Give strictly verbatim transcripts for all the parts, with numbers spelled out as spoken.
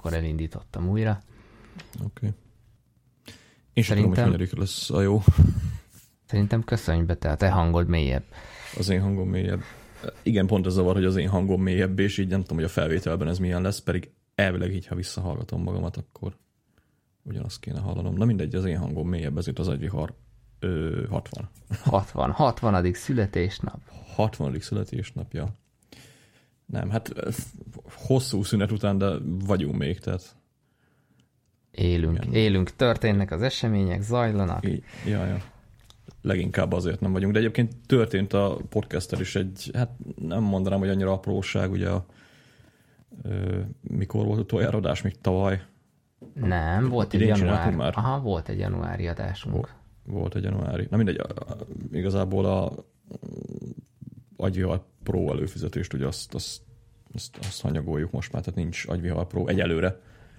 akkor elindítottam újra. Oké. Okay. Én sem tudom, hogy hanyadik lesz a jó. Szerintem köszönj be, te, a te hangod mélyebb. Az én hangom mélyebb. Igen, pont ez zavar, hogy az én hangom mélyebb, és így nem tudom, hogy a felvételben ez milyen lesz, pedig elvileg így, ha visszahallgatom magamat, akkor ugyanazt kéne hallanom. Na mindegy, az én hangom mélyebb, ezért az agyvihar ö, hatvan. hatvan. hatvanadik születésnap. hatvanadik születésnapja. Nem, hát hosszú szünet után, de vagyunk még, tehát... Élünk, igen. élünk, történnek az események, zajlanak. I- ja, ja. Leginkább azért nem vagyunk, de egyébként történt a podcasttel is egy, hát nem mondanám, hogy annyira apróság, ugye a, ö, mikor volt utoljára adás, még tavaly? Nem, volt egy január. Már. Aha, volt egy januári adásunk. Volt egy januári. Na mindegy, igazából a Agyvihar Pro előfizetést, ugye azt, azt, azt, azt hanyagoljuk most már, tehát nincs Agyvihar Pro egyelőre.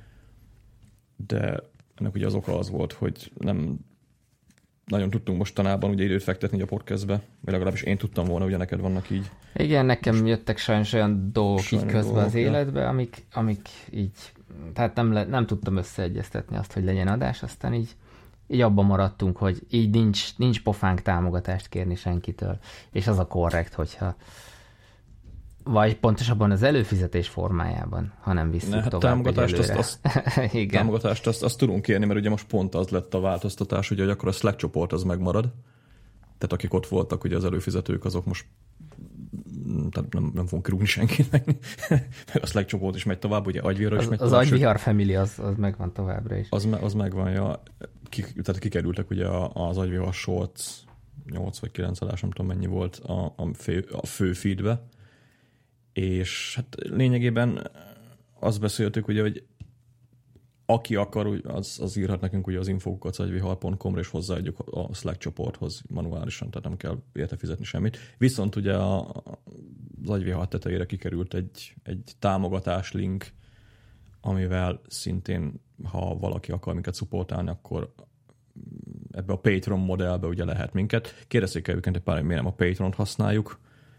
De ennek ugye az oka az volt, hogy nem nagyon tudtunk mostanában ugye időt fektetni a podcastbe, vagy legalábbis én tudtam volna, ugye neked vannak így. Igen, nekem most jöttek sajnos olyan dolgok így közben dolgok, az életbe, amik, amik így, tehát nem, le, nem tudtam összeegyeztetni azt, hogy legyen adás, aztán így, így abban maradtunk, hogy így nincs, nincs pofánk támogatást kérni senkitől, és az a korrekt, hogyha vagy pontosabban az előfizetés formájában, ha nem visszük ne, hát tovább támogatást azt, azt, támogatást azt, azt tudunk kérni, mert ugye most pont az lett a változtatás, ugye, hogy akkor a Slack csoport az megmarad. Tehát akik ott voltak, ugye az előfizetők, azok most tehát nem, nem fogunk kirúgni senkit, meg, meg a Slack csoport is megy tovább, ugye Agyvihar is az, megy az tovább. Az Agyvihar family az, az megvan továbbra is. Az, az megvan, ja. Ki, tehát kikerültek ugye az Agyvihar Shorts nyolc vagy kilenc adás, nem tudom mennyi volt a, a, fő, a fő feedbe. És hát lényegében azt beszéltük, ugye, hogy aki akar, az, az írhat nekünk ugye az infókat agyvihar pont com-ra, és hozzáadjuk a Slack csoporthoz manuálisan, tehát nem kell érte fizetni semmit. Viszont ugye a, az Agyvihar tetejére kikerült egy, egy támogatás link, amivel szintén, ha valaki akar minket szupportálni, akkor ebbe a Patreon modellbe ugye lehet minket. Kérdezzék el őket egy pár, hogy miért nem a Patreon-t használjuk.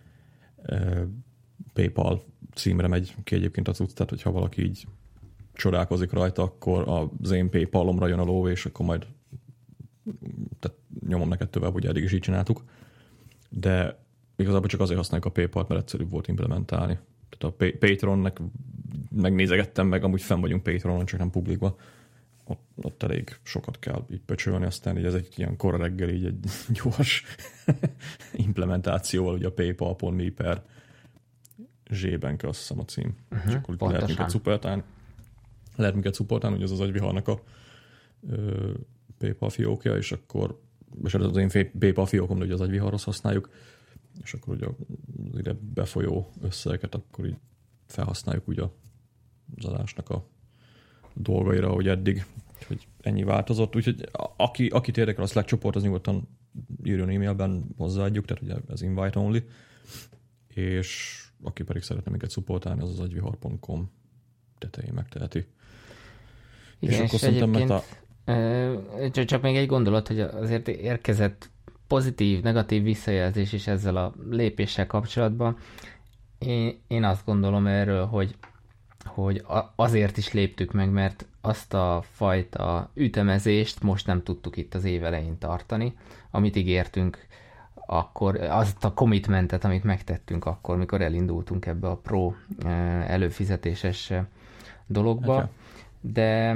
PayPal címre megy ki egyébként a cucc, tehát hogyha valaki így csodálkozik rajta, akkor az én PayPalomra jön a ló, és akkor majd tehát nyomom neked tovább, ugye eddig is így csináltuk. De igazából csak azért használjuk a PayPal-t, mert egyszerűbb volt implementálni. Tehát a Patreonnek megnézegettem meg, amúgy fenn vagyunk Patreonon, csak nem publikban. Ott, ott elég sokat kell így pöcsölni, aztán így ez egy ilyen kora reggel, így egy gyors implementációval, ugye a paypal pont me per zsébenke, azt hiszem a cím. Uh-huh, és akkor lehet minket szupportálni. Lehet minket szupportálni, hogy ez az Agyviharnak a ö, PayPal fiókja, és akkor, és az én PayPal fiókom, hogy az Agyviharhoz használjuk, és akkor ugye az ide befolyó összegeket akkor így felhasználjuk ugye az adásnak a dolgaira, ahogy eddig, hogy ennyi változott. Úgyhogy aki, akit érdekel a Slack csoport, az nyugodtan írjon e-mailben, hozzáadjuk, tehát ugye ez invite only, és aki pedig szeretne minket szupportálni, az az agyvihar pont com tetején megteheti. Igen, és, és akkor szerintem a... csak még egy gondolat, hogy azért érkezett pozitív, negatív visszajelzés is ezzel a lépéssel kapcsolatban. Én, én azt gondolom erről, hogy, hogy azért is léptük meg, mert azt a fajta ütemezést most nem tudtuk itt az év elején tartani, amit ígértünk, akkor azt a commitmentet, amit megtettünk akkor, mikor elindultunk ebbe a pro előfizetéses dologba, de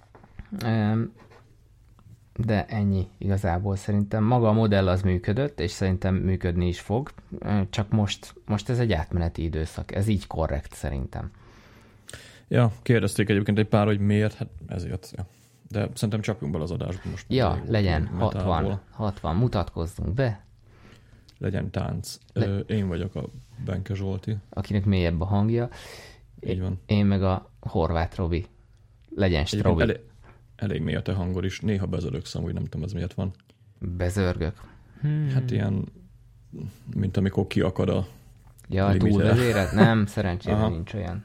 de ennyi igazából szerintem. Maga a modell az működött, és szerintem működni is fog, csak most, most ez egy átmeneti időszak, ez így korrekt szerintem. Ja, kérdezték egyébként egy pár, hogy miért, hát ezért, ja. De szerintem csapjunk bele az adásba most. Ja, legyen, hatvan, hatvan, mutatkozzunk be. Legyen tánc. Le... Én vagyok a Benke Zsolti. Akinek mélyebb a hangja. Így van. Én meg a Horváth Robi. Legyen Strobi. Elég, elég mély a te hangod is. Néha bezörögszem, úgy nem tudom, ez miért van. Bezörgök. Hmm. Hát ilyen, mint amikor kiakad a ja, túlvezéret? Nem, szerencsére nincs olyan.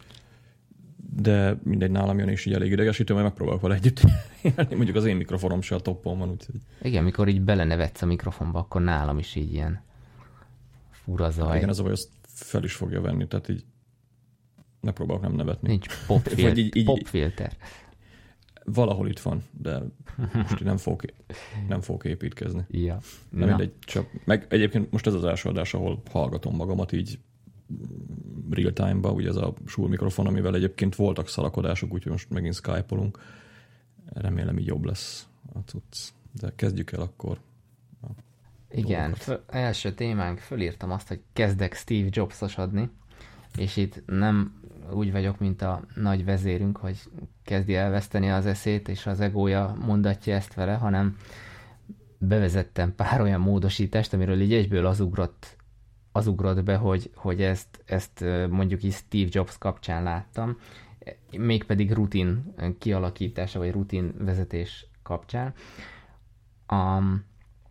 De mindegy, nálam jön és így elég idegesítő, majd megpróbálok vele együtt élni. Mondjuk az én mikrofonom se a toppon van, úgyhogy... Igen, mikor így belenevetsz a mikrofonba, akkor nálam is így ilyen fura zaj. Igen, az a baj, azt fel is fogja venni, tehát így megpróbálok nem nevetni. Nincs popfilter. így, így, popfilter. Valahol itt van, de most nem fogok, nem fogok építkezni. Ja. Nem mindegy, csak, meg egyébként most ez az első adás, ahol hallgatom magamat így real time-ba, ugye ez a Shure mikrofon, amivel egyébként voltak szalakodások, úgyhogy most megint Skype-olunk. Remélem így jobb lesz a cucc. De kezdjük el akkor. Igen, föl, első témánk, fölírtam azt, hogy kezdek Steve Jobs-osodni, és itt nem úgy vagyok, mint a nagy vezérünk, hogy kezdi elveszteni az eszét, és az egója mondatja ezt vele, hanem bevezettem pár olyan módosítást, amiről így egyből az ugrott, az ugrott be, hogy, hogy ezt, ezt mondjuk is Steve Jobs kapcsán láttam, mégpedig rutin kialakítása, vagy rutin vezetés kapcsán. Um,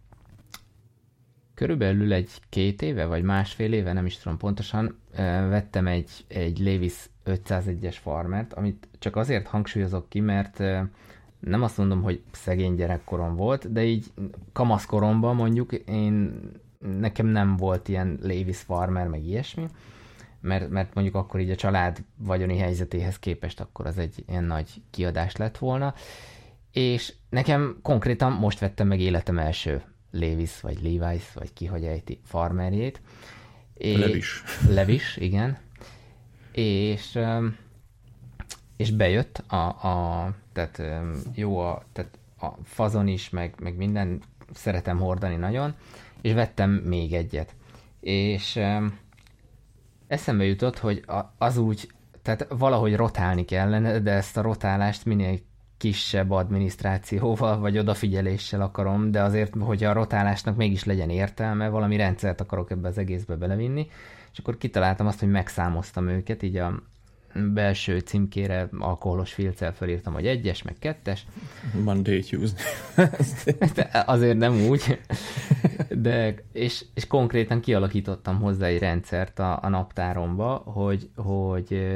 Körülbelül egy két éve, vagy másfél éve, nem is tudom pontosan, vettem egy, egy Levis ötszázegyes farmert, amit csak azért hangsúlyozok ki, mert nem azt mondom, hogy szegény gyerekkorom volt, de így kamaszkoromban mondjuk én, nekem nem volt ilyen Levis farmer, meg ilyesmi, mert, mert mondjuk akkor így a család vagyoni helyzetéhez képest akkor az egy ilyen nagy kiadás lett volna, és nekem konkrétan most vettem meg életem első Levis, vagy Levi's, vagy ki hogy ejti farmerjét. Levis. Levis, igen. És, és bejött a, a tehát jó a, tehát a fazon is, meg, meg minden, szeretem hordani nagyon, és vettem még egyet. És eszembe jutott, hogy az úgy, tehát valahogy rotálni kellene, de ezt a rotálást minél kisebb adminisztrációval, vagy odafigyeléssel akarom, de azért, hogy a rotálásnak mégis legyen értelme, valami rendszert akarok ebbe az egészbe belevinni, és akkor kitaláltam azt, hogy megszámoztam őket, így a belső címkére alkoholos filccel felírtam, hogy egyes, meg kettes. Monday, Tuesday. Azért nem úgy, de és, és konkrétan kialakítottam hozzá egy rendszert a, a naptáromba, hogy, hogy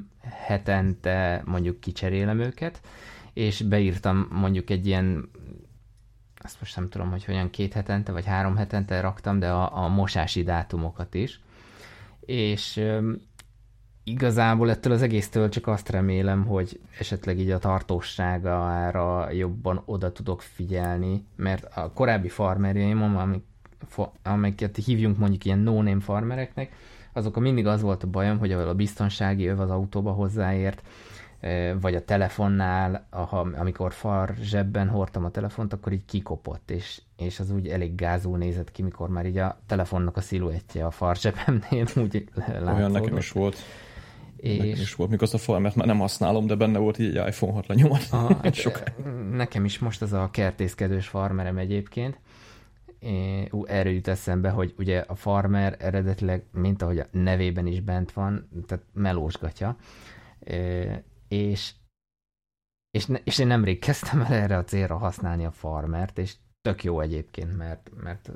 hetente mondjuk kicserélem őket, és beírtam mondjuk egy ilyen, azt most nem tudom, hogy hogyan két hetente, vagy három hetente raktam, de a, a mosási dátumokat is. És um, igazából ettől az egésztől csak azt remélem, hogy esetleg így a tartóságára jobban oda tudok figyelni, mert a korábbi farmerjeim, amik, amiket hívjunk mondjuk ilyen no-name farmereknek, azok mindig az volt a bajom, hogy a biztonsági öv az autóba hozzáért, vagy a telefonnál, amikor far zsebben hordtam a telefont, akkor így kikopott, és, és az úgy elég gázul nézett ki, mikor már így a telefonnak a sziluettje a far zsebemnél úgy látszódott. Olyan nekem is volt. És... Nekem is volt, mikor azt a farmert már nem használom, de benne volt így egy iPhone hat lenyomat. Aha, nekem is most az a kertészkedős farmerem egyébként. É, ú, erről jut eszembe, hogy ugye a farmer eredetileg, mint ahogy a nevében is bent van, tehát melósgatja, é, és, és, ne, és én nemrég kezdtem el erre a célra használni a farmert, és tök jó egyébként, mert, mert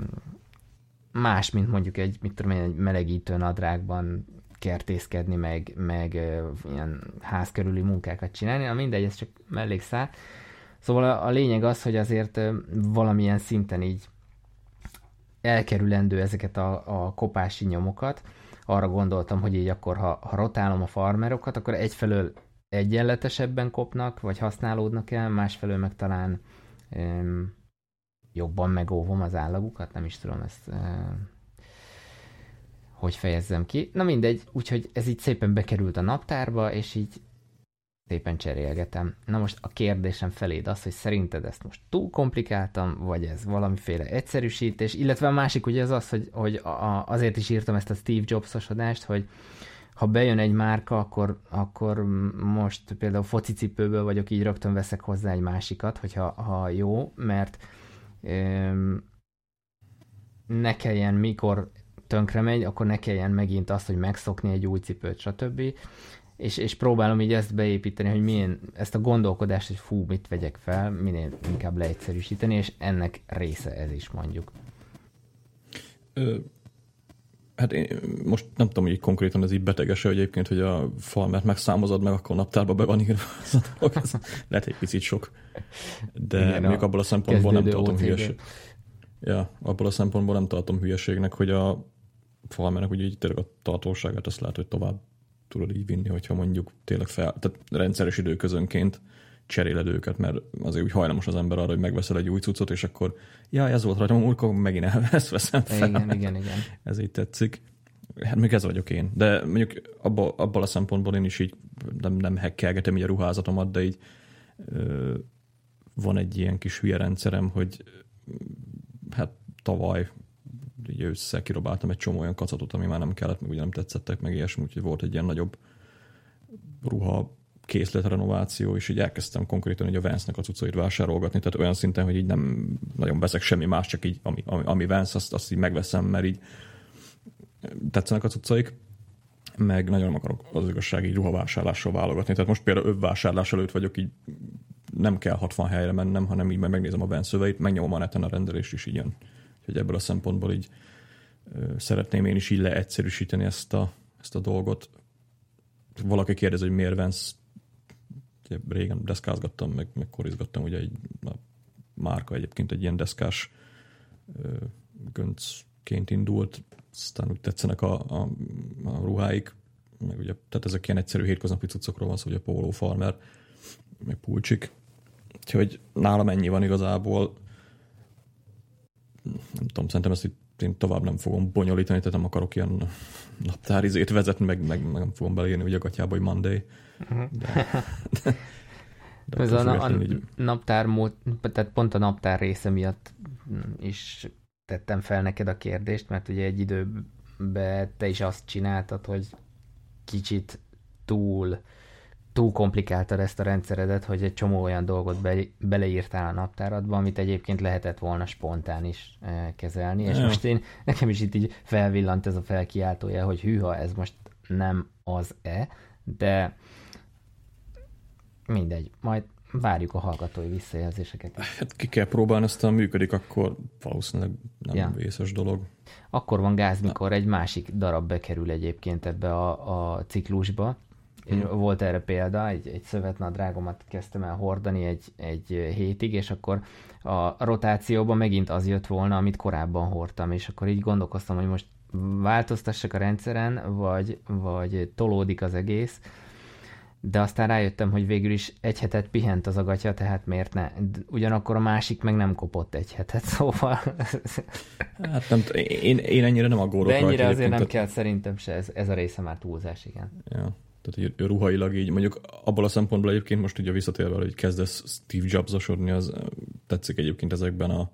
más, mint mondjuk egy, mit tudom én, egy melegítő nadrágban kertészkedni, meg, meg ilyen házkörüli munkákat csinálni, na mindegy, ez csak mellékszál. Szóval a, a lényeg az, hogy azért valamilyen szinten így elkerülendő ezeket a, a kopási nyomokat. Arra gondoltam, hogy így akkor, ha, ha rotálom a farmerokat, akkor egyfelől egyenletesebben kopnak, vagy használódnak el, másfelől meg talán um, jobban megóvom az állagukat, nem is tudom ezt um, hogy fejezzem ki. Na mindegy, úgyhogy ez így szépen bekerült a naptárba, és így szépen cserélgetem. Na most a kérdésem feléd az, hogy szerinted ezt most túl komplikáltam, vagy ez valamiféle egyszerűsítés, illetve a másik ugye az az, hogy, hogy a, azért is írtam ezt a Steve Jobs-osodást, hogy ha bejön egy márka, akkor, akkor most például focicipőből vagyok, így rögtön veszek hozzá egy másikat, hogyha ha jó, mert öm, ne kelljen, mikor tönkre megy, akkor ne kelljen megint azt, hogy megszokni egy új cipőt, stb. És, és próbálom így ezt beépíteni, hogy milyen, ezt a gondolkodást, hogy fú, mit vegyek fel, minél inkább leegyszerűsíteni, és ennek része ez is mondjuk. Ö, hát én most nem tudom, hogy konkrétan ez így betegese egyébként, hogy a farmert megszámozod meg, akkor naptárba be van írva. Lehet egy picit sok. De igen, még abból a szempontból nem tartom hülyeség. Ja, abból a szempontból nem tartom hülyeségnek, hogy a farmernek ugye így tényleg a tartóságát azt lehet, hogy tovább tudod így vinni, hogyha mondjuk tényleg fel, tehát rendszeres időközönként cseréled őket, mert azért úgy hajlamos az ember arra, hogy megveszel egy új cuccot, és akkor jaj, ez volt rajta, múltkor megint elvesz, veszem fel. Igen, igen, igen. Ez így tetszik. Hát még ez vagyok én. De mondjuk abba, abban a szempontból én is így nem, nem hekkelgetem így a ruházatomat, de így ö, van egy ilyen kis hülye rendszerem, hogy hát tavaly így ősszel kirobáltam egy csomó olyan kacatot, ami már nem kellett, meg ugye nem tetszettek, meg ilyesmi, úgyhogy volt egy ilyen nagyobb ruha készlet renováció, és így elkezdtem konkrétan így a Vance-nek a cuccait vásárolgatni, tehát olyan szinten, hogy így nem nagyon veszek semmi más, csak így ami, ami, ami Vance, azt, azt így megveszem, mert így tetszenek a cuccaik, meg nagyon nem akarok az igazság így ruhavásárlással válogatni. Tehát most például övvásárlás előtt vagyok, így nem kell hatvan helyre mennem, hanem így majd megnézem a Vance szöveit, megnyomom a neten a rendelést is így jön. Úgyhogy ebből a szempontból így ö, szeretném én is így leegyszerűsíteni ezt a, ezt a dolgot. Valaki kérdezi, hogy miért Vance, régen deszkázgattam, meg, meg korizgattam, ugye egy a márka egyébként egy ilyen deszkás ö, göncként indult, aztán úgy tetszenek a, a, a ruháik, meg ugye, tehát ezek ilyen egyszerű hétköznapi cuccokról van szó, hogy a Polo Farmer, meg pulcsik. Úgyhogy nálam ennyi van igazából. Nem tudom, szerintem ezt én tovább nem fogom bonyolítani, tehát nem akarok ilyen naptárizét vezetni, meg, meg, meg nem fogom beleírni ugye a gatyába, hogy Monday. Uh-huh. De, de, de ez a, a így... naptármód, tehát pont a naptár része miatt is tettem fel neked a kérdést, mert ugye egy időben te is azt csináltad, hogy kicsit túl, túl komplikáltad ezt a rendszeredet, hogy egy csomó olyan dolgot be, beleírtál a naptáradba, amit egyébként lehetett volna spontán is eh, kezelni, és ja. most én, nekem is itt így felvillant ez a felkiáltója, hogy hűha, ez most nem az-e, de mindegy, majd várjuk a hallgatói visszajelzéseket. Hát ki kell próbálni, aztán működik, akkor valószínűleg nem ja. vészes dolog. Akkor van gáz, mikor egy másik darab bekerül egyébként ebbe a, a ciklusba. Hmm. Volt erre példa, egy, egy szövetnadrágomat kezdtem el hordani egy, egy hétig, és akkor a rotációban megint az jött volna, amit korábban hordtam, és akkor így gondolkoztam, hogy most változtassak a rendszeren, vagy, vagy tolódik az egész, de aztán rájöttem, hogy végül is egy hetet pihent az agatya, tehát miért ne? Ugyanakkor a másik meg nem kopott egy hetet, szóval... Hát nem, én, én ennyire nem aggódok rajta. De ennyire azért nem kell szerintem se, ez, ez a része már túlzás, igen. Ja, tehát így ruhailag így, mondjuk abból a szempontból egyébként most ugye visszatérve, hogy kezdesz Steve Jobs-osodni, az tetszik egyébként ezekben a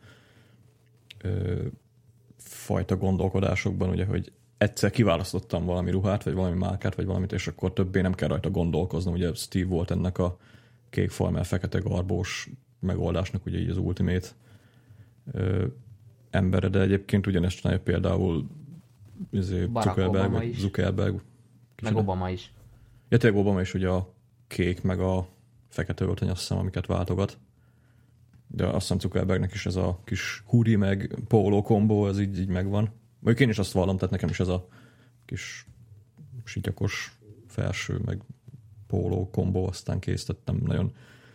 ö, fajta gondolkodásokban, ugye, hogy egyszer kiválasztottam valami ruhát, vagy valami márkát, vagy valamit, és akkor többé nem kell rajta gondolkoznom. Ugye Steve volt ennek a kék farmer, fekete garbós megoldásnak ugye így az ultimate ö, embere, de egyébként ugyanezt csinálja például Zuckerberg, vagy Zuckerberg. Meg Obama is. Ja, tényleg Obama is ugye a kék, meg a fekete öltöny, azt hiszem, amiket váltogat. De azt hiszem Zuckerbergnek is ez a kis hoodie meg póló kombó, ez így, így megvan. Mondjuk én is azt vallom, tehát nekem is ez a kis sityakos felső, meg póló kombó, aztán kész, tehát nem nagyon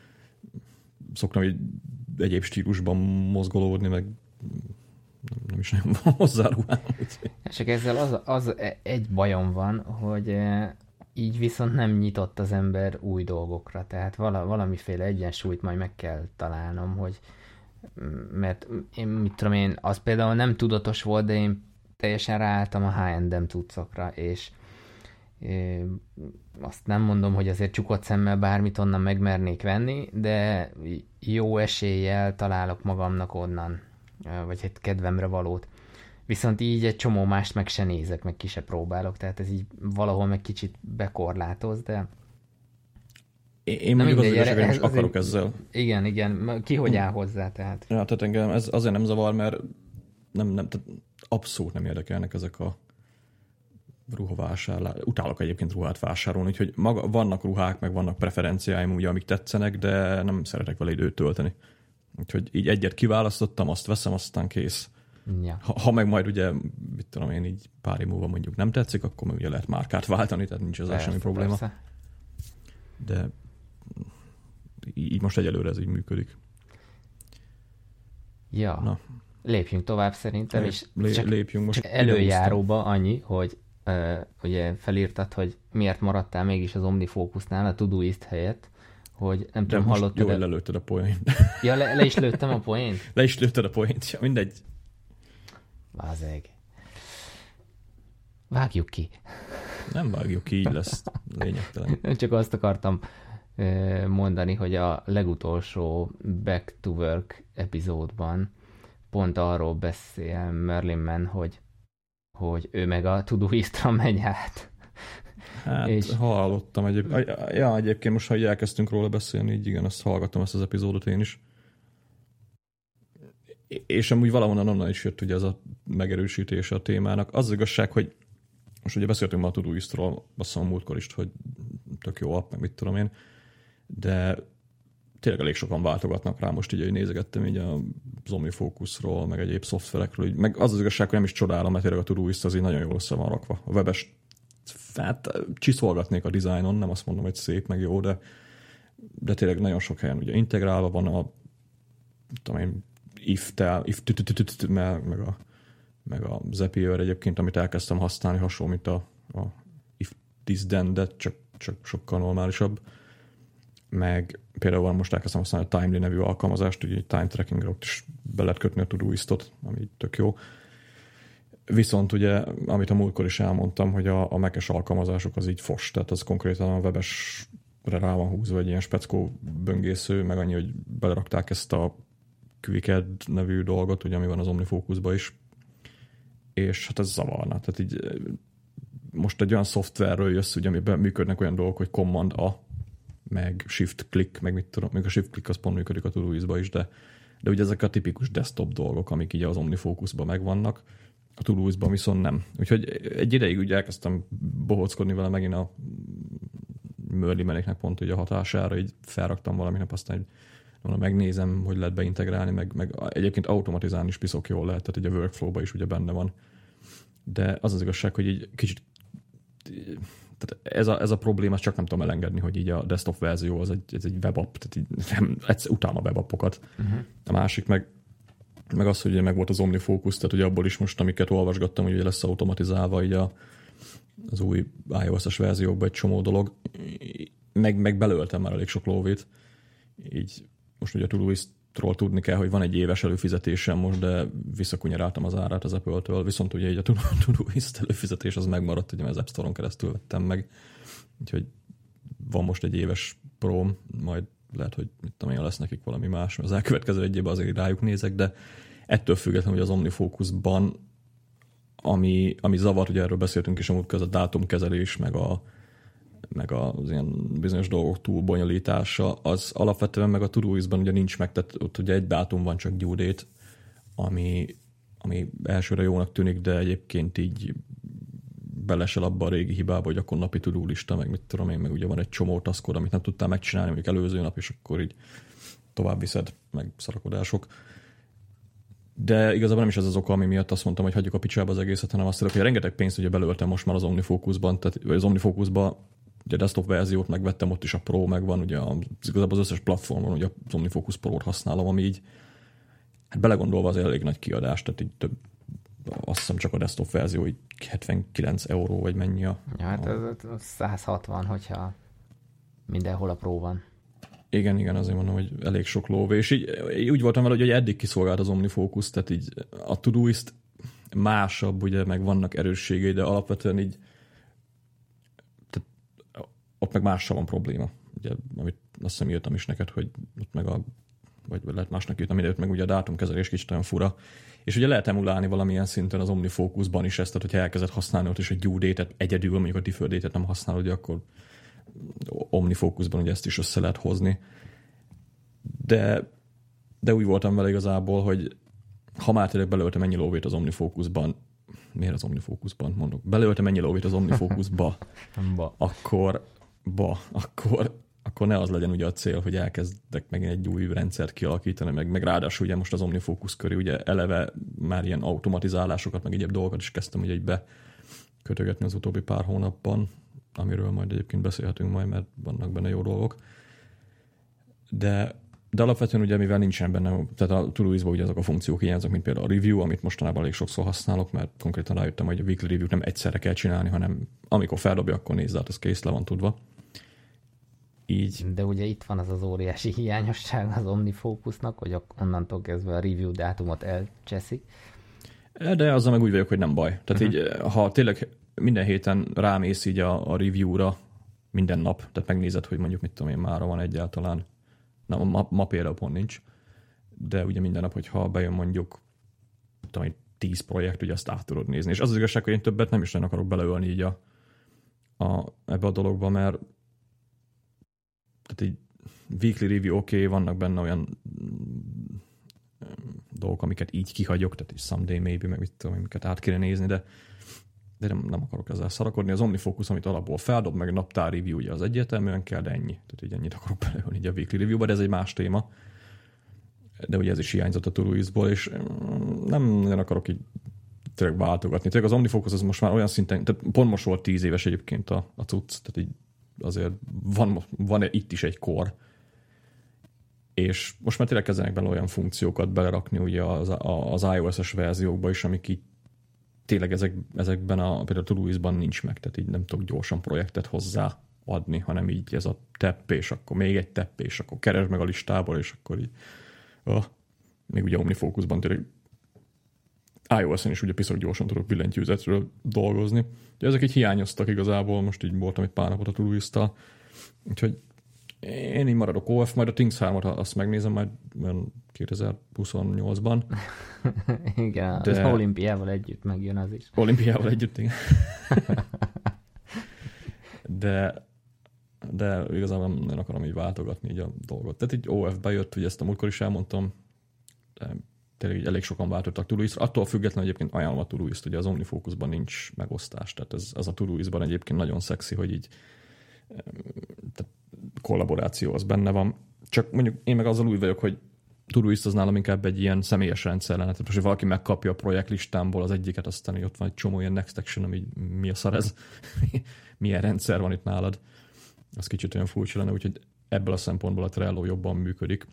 szoktam így egyéb stílusban mozgolódni, meg nem, nem is nagyon van hozzá ruhám. Csak ezzel az, az egy bajom van, hogy így viszont nem nyitott az ember új dolgokra, tehát vala, valamiféle egyensúlyt majd meg kell találnom, hogy mert én, mit tudom én, az például nem tudatos volt, de én teljesen ráálltam a há és em cuccokra, és é, azt nem mondom, hogy azért csukott szemmel bármit onnan megmernék venni, de jó eséllyel találok magamnak onnan, vagy egy kedvemre valót. Viszont így egy csomó mást meg se nézek, meg ki se próbálok, tehát ez így valahol meg kicsit bekorlátoz, de... Én mondjuk az igazság, hogy akarok ezzel. Igen, igen, ki hogy áll hozzá, tehát. Ja, tehát engem ez azért nem zavar, mert nem, nem, tehát abszolút nem érdekelnek ezek a ruhavásárlás. Utálok egyébként ruhát vásárolni, úgyhogy maga, vannak ruhák, meg vannak preferenciáim, ugye, amik tetszenek, de nem szeretek vele időt tölteni. Úgyhogy így egyet kiválasztottam, azt veszem, aztán kész. Ja. Ha, ha meg majd ugye, mit tudom én, így pár év múlva mondjuk nem tetszik, akkor meg ugye lehet márkát váltani, tehát nincs ezzel semmi probléma. Persze. De így most egyelőre ez így működik. Ja. Na. Lépjünk tovább szerintem, Lép, és lé, csak, lépjünk most csak előjáróba annyi, hogy uh, ugye felírtad, hogy miért maradtál mégis az OmniFocusnál a Todoist helyett, hogy nem de tudom, hallottad. Jól de... lelőtted a poént. Ja, le, le is lőttem a poént? Le is lőtted a poént, ja, mindegy. Vázeg. Vágjuk ki. Nem vágjuk ki, így lesz lényegtelen. Csak azt akartam mondani, hogy a legutolsó Back to Work epizódban pont arról beszél Merlin Man, hogy, hogy ő meg a Todoistra megy át. Hát és... hallottam egyébként. Ja, egyébként most, ha elkezdtünk róla beszélni, így igen, azt hallgattam ezt az epizódot én is. És amúgy valahonnan onnan is jött ugye ez a megerősítése a témának. Az, az igazság, hogy most ugye beszéltünk már a Todoistról, azt hiszem a múltkor is, hogy tök jó app, meg mit tudom én, de tényleg elég sokan váltogatnak rá, most így, hogy nézegettem így az OmniFocusról, meg egyéb szoftverekről, így, meg az az igazság, hogy nem is csodálom, mert tényleg a Todoist az így nagyon jól össze van rakva. A webes, hát csiszolgatnék a dizájnon, nem azt mondom, hogy szép, meg jó, de, de tényleg nagyon sok helyen ugye integrálva van a tudom én, if-tel, if meg a meg a Zapier egyébként, amit elkezdtem használni, hasonló, mint a, a if this then, de csak, csak sokkal normálisabb. Meg például van most elkezdtem használni a Timely nevű alkalmazást, ugye egy time trackingre ott is be lehet kötni a Todoistot, ami tök jó. Viszont ugye, amit a múltkor is elmondtam, hogy a, a Mac-es alkalmazások az így fos, tehát az konkrétan a webesre rá van húzva egy ilyen speckó böngésző, meg annyi, hogy belerakták ezt a Quick nevű dolgot, ugye, ami van az OmniFocusban is, és hát ez zavarna. Tehát így most egy olyan szoftverről jössz, ugye, amiben működnek olyan dolgok, hogy Command A, meg Shift Click, meg mit tudom, még a Shift Click az pont működik a Todoistban is, de, de ugye ezek a tipikus desktop dolgok, amik így az OmniFocusban megvannak, a Todoistban viszont nem. Úgyhogy egy ideig ugye elkezdtem bohóckodni vele megint a Merlin Man-eknek pont ugye a hatására, így felraktam valami nap, aztán így mondom, megnézem, hogy lehet beintegrálni, meg, meg egyébként automatizálni is piszok jól lehet, tehát ugye a workflow-ba is ugye benne van. De az az igazság, hogy így kicsit tehát ez a, ez a probléma, csak nem tudom elengedni, hogy így a desktop verzió az egy, ez egy webapp, tehát így nem, egyszer utálom a webappokat. Uh-huh. A másik meg, meg az, hogy ugye meg volt az OmniFocus, tehát ugye abból is most, amiket olvasgattam, hogy ugye lesz automatizálva így a, az új iOS-es verziókban egy csomó dolog. Meg, meg belőltem már elég sok lóvét. Így most ugye a Todoistról tudni kell, hogy van egy éves előfizetésem most, de visszakunyeráltam az árát az Apple-től, viszont ugye így a Todoist előfizetés az megmaradt, ugye az App Store-on keresztül vettem meg. Úgyhogy van most egy éves Pro-m, majd lehet, hogy mit tudom én, lesz nekik valami más, az elkövetkező egy évben azért rájuk nézek, de ettől függetlenül, hogy az OmniFocusban, ami, ami zavart, ugye erről beszéltünk is amúgy, az a dátumkezelés, meg a meg az ilyen bizonyos dolgok túlbonyolítása, az alapvetően meg a Todoistban ugye nincs meg, tehát ott ugye egy dátum van, csak due date, ami, ami elsőre jónak tűnik, de egyébként így belesel abba a régi hibába, hogy akkor napi to-do lista, meg mit tudom én, meg ugye van egy csomó taskod, amit nem tudtál megcsinálni, mondjuk előző nap, és akkor így tovább viszed, meg szarakodások. De igazából nem is ez az oka, ami miatt azt mondtam, hogy hagyjuk a picsába az egészet, hanem azt mondom, hogy rengeteg pénzt ugye belőltem most már az OmniFocusban, tehát vagy az OmniFocusban ugye desktop verziót megvettem, ott is a Pro megvan, ugye az, igazából az összes platformon ugye az OmniFocus Pro-t használom, ami így hát belegondolva az elég nagy kiadás, tehát így több, azt hiszem csak a desktop verzió így hetvenkilenc euró, vagy mennyi a... Ja, hát ez, ez száz hatvan, hogyha mindenhol a Pro van. Igen, igen, azért mondom, hogy elég sok lóvé, és így, így úgy voltam vele, hogy eddig kiszolgált az OmniFocus, tehát így a Todoist másabb, ugye, meg vannak erősségei, de alapvetően így tehát ott meg mással van probléma. Ugye, amit azt hiszem írtam is neked, hogy ott meg a, vagy lehet másnak írtam, de ott meg ugye a dátumkezelés kicsit olyan fura. És ugye lehet emulálni valamilyen szinten az OmniFocusban is ezt, tehát hogyha elkezded használni ott is egy due date-et, egyedül mondjuk a deferred date-et nem használod, ugye akkor OmniFocusban ugye ezt is össze lehet hozni. De, de úgy voltam vele igazából, hogy ha már tényleg belőltem ennyi lóvét az OmniFocusban, miért az OmniFocusban mondok? Belőltem ennyi lóvét az OmniFocusba, akkor, ba, akkor, akkor ne az legyen ugye a cél, hogy elkezdek meg egy új rendszert kialakítani, meg, meg ráadásul ugye most az OmniFocus köré ugye eleve már ilyen automatizálásokat, meg egyéb dolgokat is kezdtem ugye így bekötögetni az utóbbi pár hónapban, amiről majd egyébként beszélhetünk majd, mert vannak benne jó dolgok. De, de alapvetően ugye, mivel nincsen benne, tehát a Todoist-ban ugye azok a funkciók hiányoznak, mint például a review, amit mostanában elég sokszor használok, mert konkrétan rájöttem, hogy a weekly review nem egyszerre kell csinálni, hanem amikor feldobja, akkor nézd át, az kész, le van tudva. Így. De ugye itt van az az óriási hiányosság az OmniFocusnak, hogy onnantól kezdve a review dátumot elcseszik. De azzal meg úgy vagyok, hogy nem baj. Tehát uh-huh. így, ha tényleg minden héten rámész így a, a review-ra minden nap, tehát megnézed, hogy mondjuk mit tudom én, mára van egyáltalán. Na, ma, ma például pont nincs, de ugye minden nap, hogyha bejön mondjuk tudom én, tíz projekt, ugye azt át tudod nézni. És az az igazság, hogy én többet nem is nagyon akarok beleölni így a, a, ebbe a dologba, mert tehát így weekly review oké, okay, vannak benne olyan dolgok, amiket így kihagyok, tehát is someday maybe, meg mit tudom, amiket át kéne nézni, de, de nem, nem akarok ezzel szarakodni. Az OmniFocus, amit alapból feldob, meg naptár review, ugye az egyértelműen kell, de ennyi. Tehát így ennyit akarok beleölni így a weekly review-ba, de ez egy más téma. De ugye ez is hiányzott a Todoist-ból, és nem nagyon akarok így tényleg váltogatni. Tényleg az OmniFocus az most már olyan szinten, tehát pont most volt tíz éves egyébként a, a cucc, tehát így azért van, van itt is egy kor, és most már tényleg kezdenek bele olyan funkciókat belerakni ugye az, az iOS-es verziókba is, amik így tényleg ezek, ezekben a, például a Todoist-ban nincs meg, tehát így nem tudok gyorsan projektet hozzá adni, hanem így ez a tepp, és akkor még egy tepp, és akkor keresd meg a listából, és akkor így oh, még ugye OmniFocusban tényleg iOS-en is ugye piszok gyorsan tudok billentyűzetről dolgozni. De ezek így hiányoztak igazából, most így voltam egy pár napot a Todoist-tal, úgyhogy én így maradok o ef, majd a Things hármat azt megnézem majd kétezer-huszonnyolcban. Igen, de... az olimpiával együtt megjön az is. Olimpiával együtt, igen. de, de igazából nem akarom így váltogatni így a dolgot. Tehát így o ef bejött, ugye ezt a múltkor is elmondtam, de tényleg így elég sokan váltottak Todoistra. Attól függetlenül egyébként ajánlom a Todoist, ugye az OmniFocusban nincs megosztás, tehát ez, ez a Todoistban egyébként nagyon szexi, hogy így tehát kollaboráció az benne van. Csak mondjuk én meg azzal úgy vagyok, hogy Todoist az nálam inkább egy ilyen személyes rendszer lenne. Tehát most, hogy valaki megkapja a projektlistámból az egyiket, aztán ott van egy csomó ilyen next action, ami mi a szar ez? Milyen rendszer van itt nálad? Az kicsit olyan furcsa lenne, úgyhogy ebből a szempontból a Trello jobban működik.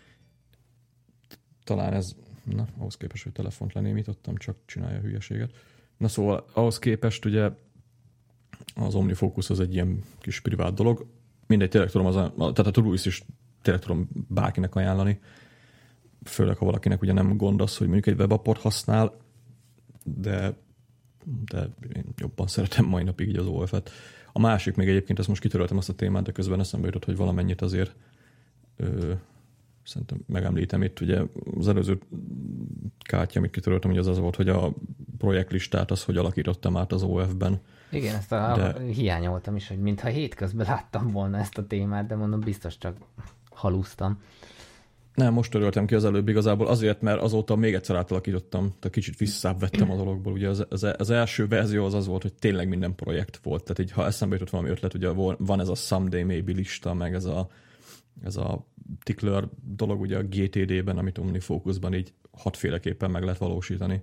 Talán ez, na, ahhoz képest, hogy telefont lenémítottam, csak csinálja a hülyeséget. Na szóval, ahhoz képest ugye az OmniFocus az egy ilyen kis privát dolog. Mindegy, tényleg tudom, az a, tehát a Todoist is tényleg tudom bárkinek ajánlani, főleg, ha valakinek ugye nem gond az, hogy mondjuk egy webappot használ, de, de én jobban szeretem mai napig így az o ef-et. A másik még egyébként, ezt most kitöröltem azt a témát, de közben eszembe jutott, hogy valamennyit azért ö, szerintem megemlítem itt, ugye az előző kártya, amit kitöröltem, hogy az az volt, hogy a projektlistát az, hogy alakítottam át az o ef-ben. Igen, ezt a, de... hiányoltam is, hogy mintha hétközben láttam volna ezt a témát, de mondom, biztos csak halusztam. Nem, most töröltem ki az előbb igazából azért, mert azóta még egyszer átalakítottam, tehát kicsit visszább vettem a dologból. Ugye az, az, az első verzió az az volt, hogy tényleg minden projekt volt. Tehát így, ha eszembe jutott valami ötlet, ugye van ez a Someday Maybe lista, meg ez a, ez a Tickler dolog ugye a gé té dé-ben, amit OmniFocusban így hatféleképpen meg lehet valósítani.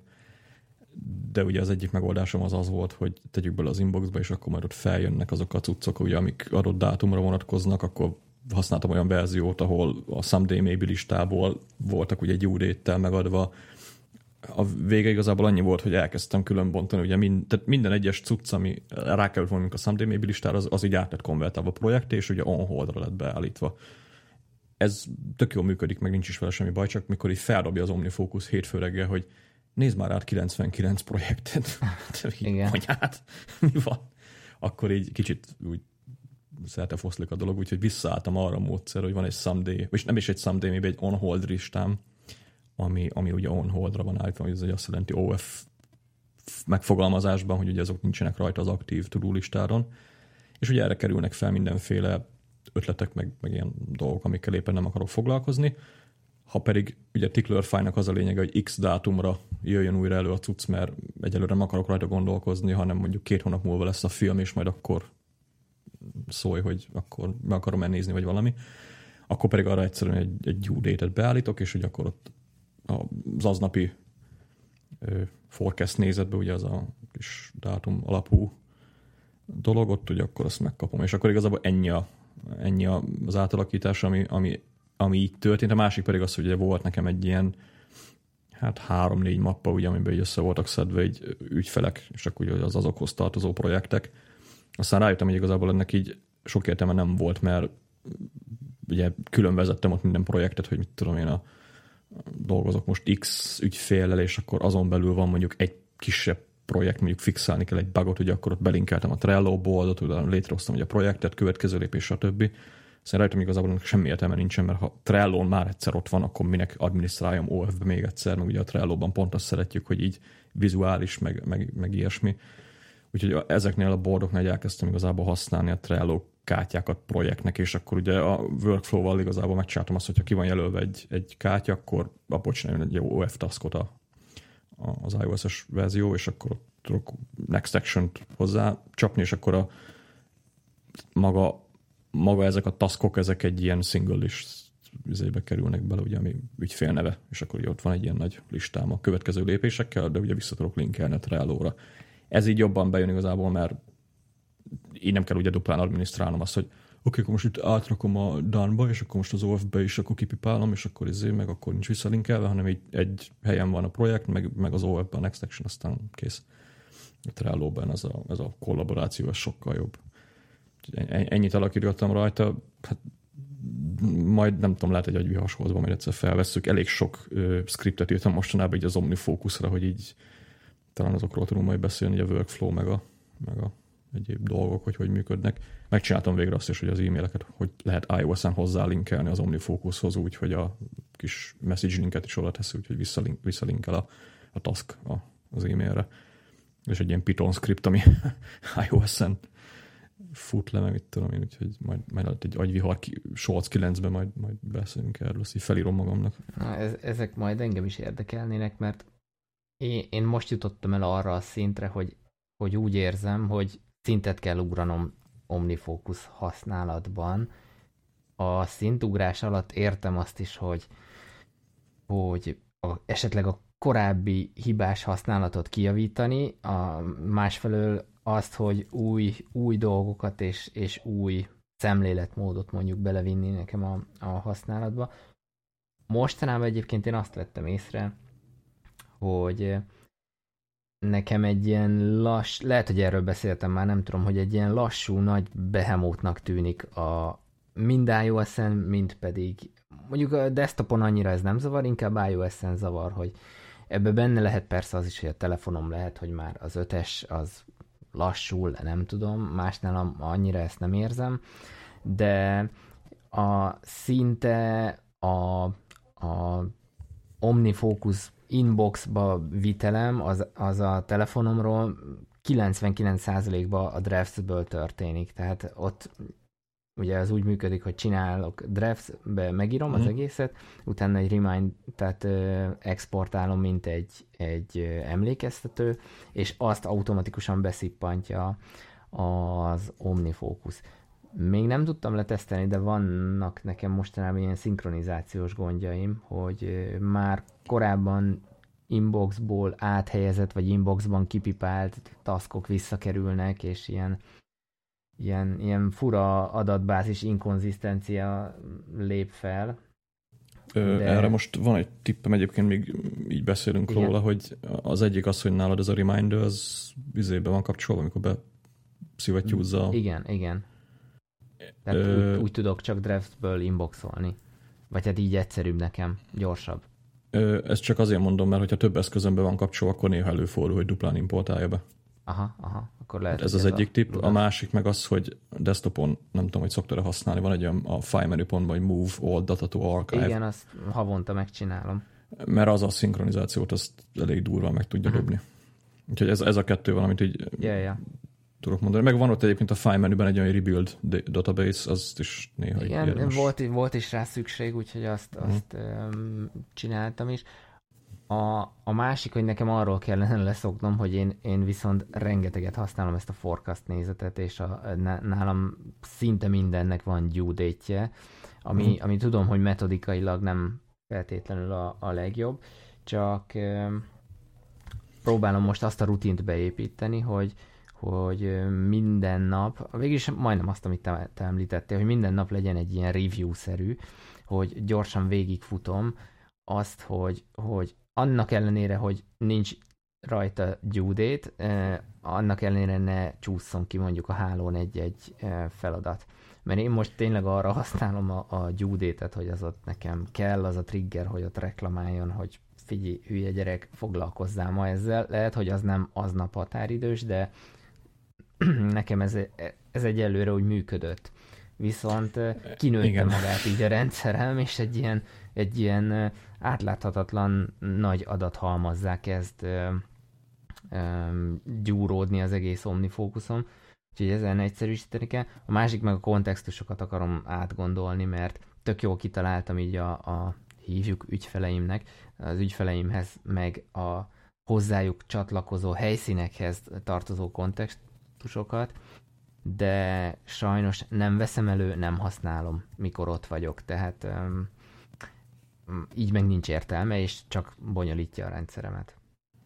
De ugye az egyik megoldásom az az volt, hogy tegyük bele az inboxba, és akkor majd ott feljönnek azok a cuccok, ugye, amik adott dátumra vonatkoznak, akkor használtam olyan verziót, ahol a Someday Maybe listából voltak ugye egy due date-tel megadva. A vége igazából annyi volt, hogy elkezdtem különbontani, ugye mind, tehát minden egyes cucc, ami rákerült volna a Someday Maybe listára, az, az így át lett konvertálva a projekt, és ugye on hold-ra lett beállítva. Ez tök jól működik, meg nincs is vele semmi baj, csak mikor így feldobja az OmniFocus hétfő reggel, hogy nézd már át kilencvenkilenc projektet, Igen. anyát, mi van? Akkor így kicsit úgy szerte foszlik a dolog, úgyhogy visszaálltam arra a módszer, hogy van egy someday, vagy nem is egy someday, még egy on-hold listám, ami, ami ugye on-holdra van állítva, hogy ez azt jelenti o ef megfogalmazásban, hogy ugye azok nincsenek rajta az aktív to-do listáron, és ugye erre kerülnek fel mindenféle ötletek, meg, meg ilyen dolgok, amikkel éppen nem akarok foglalkozni. Ha pedig ugye Tickler file-nak az a lényege, hogy X dátumra jöjjön újra elő a cucc, mert egyelőre nem akarok rajta gondolkozni, hanem mondjuk két hónap múlva lesz a film, és majd akkor szólj, hogy akkor meg akarom elnézni, vagy valami. Akkor pedig arra egyszerűen egy, egy due date-et beállítok, és hogy akkor ott az aznapi ö, forecast nézetbe, ugye az a kis dátum alapú dolog, ott ugye akkor azt megkapom. És akkor igazából ennyi, a, ennyi az átalakítás, ami, ami ami így történt, a másik pedig az, hogy ugye volt nekem egy ilyen hát három-négy mappa, ugye, amiben így össze voltak szedve egy ügyfelek, és akkor ugye az azokhoz tartozó projektek. Aztán rájöttem, hogy igazából ennek így sok értelme nem volt, mert ugye külön vezettem ott minden projektet, hogy mit tudom én, a, dolgozok most X ügyféllel, és akkor azon belül van mondjuk egy kisebb projekt, mondjuk fixálni kell egy bugot, ugye akkor ott belinkeltem a Trello boldot, utána létrehoztam ugye a projektet, következő lépés, stb. Aztán rájöttem, igazából ennek semmi értelme nincsen, mert ha Trello-n már egyszer ott van, akkor minek adminisztráljam o ef-be még egyszer, mert ugye a Trello-ban pont azt szeretjük, hogy így vizuális, meg, meg, meg ilyesmi. Úgyhogy ezeknél a boardoknál elkezdtem igazából használni a Trello kártyákat projektnek, és akkor ugye a workflow-val igazából megcsináltam azt, hogyha ki van jelölve egy, egy kártya, akkor abból csináljon egy o ef taskot a, a, az iOS-es verzió, és akkor tudok next action-t hozzá csapni, és akkor a maga maga ezek a taskok, ezek egy ilyen single list üzébe kerülnek bele, ugye, ami ügyfélneve, és akkor ugye ott van egy ilyen nagy listám a következő lépésekkel, de ugye vissza tudok linkelni a Trello-ra. Ez így jobban bejön igazából, mert így nem kell ugye duplán adminisztrálnom azt, hogy oké, okay, akkor most itt átrakom a Done-ba, és akkor most az o ef-be is akkor kipipálom, és akkor izé, meg akkor nincs visszalinkelve, hanem így egy helyen van a projekt, meg, meg az o ef-ben a next action, aztán kész. A Trello-ben ez a, ez a kollaboráció, ez sokkal jobb. Ennyit alakítottam rajta, hát majd nem tudom, lehet egy agyvihashoz, majd egyszer felvesszük. Elég sok uh, scriptet írtam mostanában így az OmniFocusra, hogy így talán azokról tudunk majd beszélni, a workflow, meg a, meg a egyéb dolgok, hogy hogy működnek. Megcsináltam végre azt is, hogy az e-maileket, hogy lehet iOS-en hozzálinkelni az OmniFocushoz úgy, hogy a kis message linket is oda teszi, úgyhogy visszalink, visszalinkel a, a task a, az e-mailre. És egy ilyen Python script, ami iOS-en fut le, meg mit tudom én, úgyhogy majd, majd egy agyvihar Solc kilencben majd, majd beszélünk erről, azt így felírom magamnak. Na, ez, ezek majd engem is érdekelnének, mert én, én most jutottam el arra a szintre, hogy, hogy úgy érzem, hogy szintet kell ugranom OmniFocus használatban. A szintugrás alatt értem azt is, hogy, hogy a, esetleg a korábbi hibás használatot kijavítani, a másfelől azt, hogy új, új dolgokat és, és új szemléletmódot mondjuk belevinni nekem a, a használatba. Mostanában egyébként én azt vettem észre, hogy nekem egy ilyen lass, lehet, hogy erről beszéltem már, nem tudom, hogy egy ilyen lassú, nagy behemótnak tűnik a mind iOS-en, mind pedig mondjuk a desktopon annyira ez nem zavar, inkább iOS-en zavar, hogy ebbe benne lehet persze az is, hogy a telefonom lehet, hogy már az ötes az lassul, nem tudom, másnál annyira ezt nem érzem, de a szinte a, a OmniFocus inboxba vitelem, az, az a telefonomról kilencvenkilenc százalékban a Drafts-ből történik, tehát ott ugye az úgy működik, hogy csinálok Drafts-be, megírom mm. az egészet, utána egy remind, tehát ö, exportálom, mint egy, egy ö, emlékeztető, és azt automatikusan beszippantja az OmniFocus. Még nem tudtam letesztelni, de vannak nekem mostanában ilyen szinkronizációs gondjaim, hogy ö, már korábban inboxból áthelyezett, vagy inboxban kipipált taskok visszakerülnek, és ilyen Ilyen, ilyen fura adatbázis inkonzisztencia lép fel. Ö, de... Erre most van egy tippem, egyébként még így beszélünk igen. róla, hogy az egyik az, hogy nálad ez a reminder, az vizébe van kapcsolva, amikor beszivattyúzza. Igen, igen. Tehát Ö... úgy, úgy tudok csak Draftből inboxolni. Vagy hát így egyszerűbb nekem, gyorsabb. Ö, ezt csak azért mondom, mert hogyha több eszközömben van kapcsolva, akkor néha előfordul, hogy duplán importálja be. Aha, aha. Akkor lehet, ez az ez egyik tipp. A másik meg az, hogy desktopon, nem tudom, hogy szoktál-e használni, van egy olyan a file menüpontban, hogy move all data to archive. Igen, azt havonta megcsinálom. Mert az a szinkronizációt azt elég durván meg tudja uh-huh. dobni. Úgyhogy ez, ez a kettő van, amit így yeah, yeah. tudok mondani. Meg van ott egyébként a file menüben egy olyan rebuild database, azt is néha igen, volt, volt is rá szükség, úgyhogy azt, uh-huh. azt um, csináltam is. A, a másik, hogy nekem arról kellene leszoknom, hogy én, én viszont rengeteget használom ezt a forecast nézetet, és a, nálam szinte mindennek van due date-je, ami, mm. ami tudom, hogy metodikailag nem feltétlenül a, a legjobb, csak e, próbálom most azt a rutint beépíteni, hogy, hogy minden nap, végülis majdnem azt, amit te, te említettél, hogy minden nap legyen egy ilyen review-szerű, hogy gyorsan végigfutom azt, hogy, hogy annak ellenére, hogy nincs rajta due date, eh, annak ellenére ne csúszson ki mondjuk a hálón egy-egy eh, feladat. Mert én most tényleg arra használom a, a due date-et, hogy az ott nekem kell, az a trigger, hogy ott reklamáljon, hogy figyelj, hülye gyerek, foglalkozzál ma ezzel. Lehet, hogy az nem aznap határidős, de nekem ez, ez egyelőre úgy működött. Viszont kinőtte Igen. magát így a rendszerem, és egy ilyen, egy ilyen átláthatatlan nagy adathalmazzá kezd ö, ö, gyúródni az egész OmniFocusom, úgyhogy ezen egyszerűsíteni kell. A másik meg a kontextusokat akarom átgondolni, mert tök jól kitaláltam így a, a hívjuk ügyfeleimnek, az ügyfeleimhez meg a hozzájuk csatlakozó helyszínekhez tartozó kontextusokat, de sajnos nem veszem elő, nem használom, mikor ott vagyok, tehát um, így meg nincs értelme, és csak bonyolítja a rendszeremet.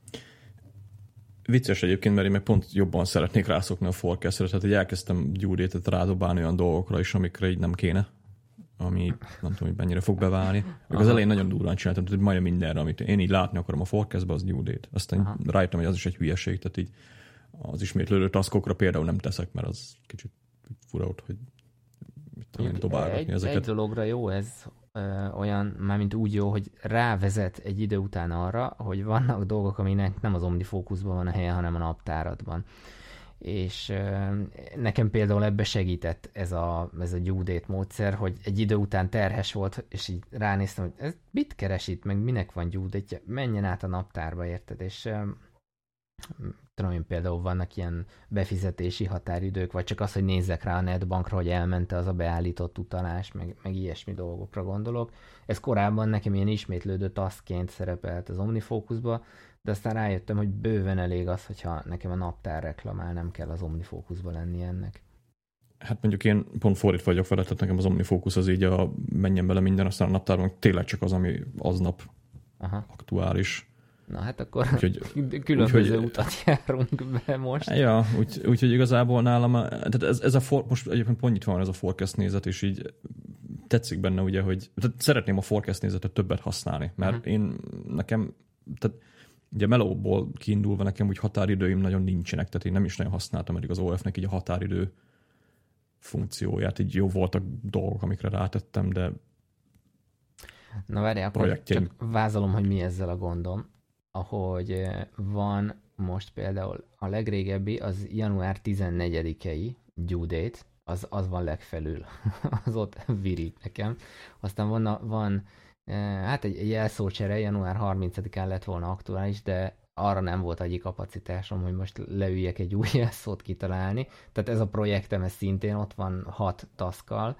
Vicces egyébként, mert én meg pont jobban szeretnék rászokni a forecastre, tehát hogy elkezdtem due date-et rádobálni olyan dolgokra is, amikre így nem kéne, ami nem tudom, hogy mennyire fog beválni. Meg az elején nagyon durván csináltam, tehát majdnem mindenre, amit én így látni akarom a forecastbe, az due date. Aztán Aha. rájöttem, hogy az is egy hülyeség, tehát így az ismétlődő taskokra például nem teszek, mert az kicsit fura ott, hogy mit tudom én dobálgatni ezeket. Egy dologra jó ez, ö, olyan, mármint úgy jó, hogy rávezet egy idő után arra, hogy vannak dolgok, aminek nem az OmniFocusban van a helye, hanem a naptáradban. És ö, nekem például ebbe segített ez a, ez a due date módszer, hogy egy idő után terhes volt, és így ránéztem, hogy ez mit keres itt, meg minek van due date, menjen át a naptárba, érted? És ö, tudom én, például vannak ilyen befizetési határidők, vagy csak az, hogy nézzek rá a netbankra, hogy elmente az a beállított utalás, meg, meg ilyesmi dolgokra gondolok. Ez korábban nekem ilyen ismétlődő taskként szerepelt az OmniFocusba, de aztán rájöttem, hogy bőven elég az, hogyha nekem a naptár reklamál, nem kell az OmniFocusba lenni ennek. Hát mondjuk én pont fordítva vagyok vele, tehát nekem az OmniFocus az így a menjen bele minden, aztán a naptárban tényleg csak az, ami aznap Aha. aktuális. Na hát akkor úgyhogy, különböző úgyhogy, utat járunk be most. Ja, úgyhogy úgy, igazából nálam, tehát ez, ez a for, most egyébként pont itt van ez a forecast nézet, és így tetszik benne ugye, hogy tehát szeretném a forecast nézetet többet használni, mert uh-huh. én nekem, tehát ugye Melóból kiindulva nekem úgy határidőim nagyon nincsenek, tehát én nem is nagyon használtam eddig az o ef-nek így a határidő funkcióját, így jó voltak dolgok, amikre rátettem, de na várjál, akkor csak vázolom, hogy mi ezzel a gondom. Ahogy van most például a legrégebbi, az január tizennegyedikei due date, az, az van legfelül, az ott virít nekem. Aztán van, van hát egy jelszócsere, január harmincadikán lett volna aktuális, de arra nem volt agyi kapacitásom, hogy most leüljek egy új jelszót kitalálni. Tehát ez a projektem, ez szintén ott van hat taskkal.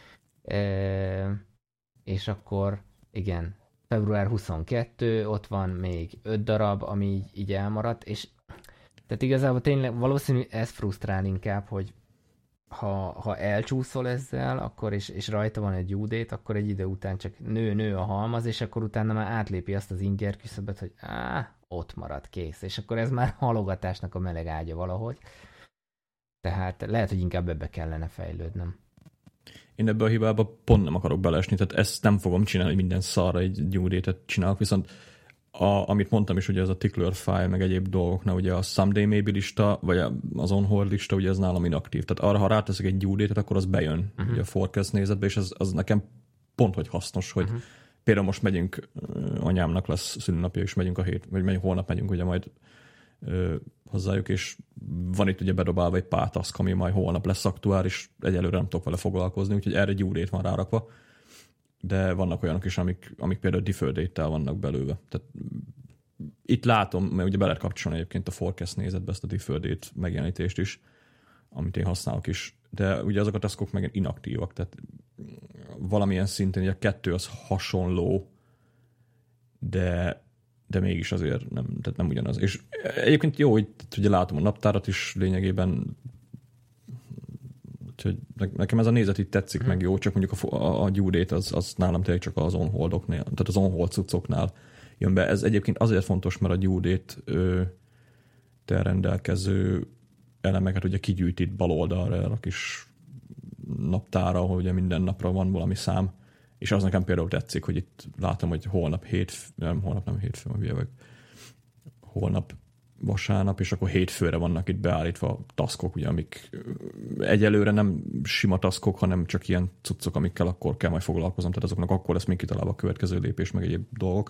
E- és akkor igen, február huszonkettő, ott van még öt darab, ami így, így elmaradt, és tehát igazából tényleg valószínű ez frusztrál inkább, hogy ha, ha elcsúszol ezzel, akkor és, és rajta van egy due date, akkor egy idő után csak nő-nő a halmaz, és akkor utána már átlépi azt az inger küszöböt, hogy á, ott marad, kész. És akkor ez már halogatásnak a meleg ágya valahogy. Tehát lehet, hogy inkább ebbe kellene fejlődnöm. Én ebbe a hibába pont nem akarok beleesni, tehát ezt nem fogom csinálni, hogy minden szarra egy due date-et csinálok, viszont a, amit mondtam is, ugye ez a tickler file, meg egyéb dolgoknál, ugye a someday maybe lista, vagy az on hold lista, ugye ez nálam inaktív. Tehát arra, ha ráteszek egy due date-et, akkor az bejön uh-huh. ugye a forecast nézetbe, és az, az nekem pont, hogy hasznos, hogy uh-huh. például most megyünk, anyámnak lesz szülőnapja, és megyünk a hét, vagy megyünk, holnap megyünk ugye majd ö, hozzájuk, és van itt ugye bedobálva egy pár task, ami majd holnap lesz aktuális, egyelőre nem tudok vele foglalkozni, úgyhogy erre egy due date van rárakva, de vannak olyanok is, amik, amik például defer date-tel vannak belőle. Tehát itt látom, mert ugye be lehet kapcsolni egyébként a forecast nézetbe ezt a defer date megjelenítést is, amit én használok is, de ugye azok a taskok meg inaktívak, tehát valamilyen szinten ugye a kettő az hasonló, de de mégis azért nem, tehát nem ugyanaz. És egyébként jó, hogy ugye látom a naptárat is lényegében, úgyhogy nekem ez a nézet itt tetszik, hmm. meg jó, csak mondjuk a, a, a due date az, az nálam tényleg csak az on-holdoknál, tehát az on-hold cuccoknál jön be. Ez egyébként azért fontos, mert a due date-tel rendelkező elemeket ugye kigyűjt itt bal oldalra a kis naptára, ahol ugye minden napra van valami szám, És az nekem például tetszik, hogy itt látom, hogy holnap hétfő, nem, holnap nem hétfő, vagy holnap vasárnap, és akkor hétfőre vannak itt beállítva taskok, ugye, amik egyelőre nem sima taskok, hanem csak ilyen cuccok, amikkel akkor kell majd foglalkoznom, tehát azoknak akkor lesz még kitalálva a következő lépés, meg egyéb dolgok.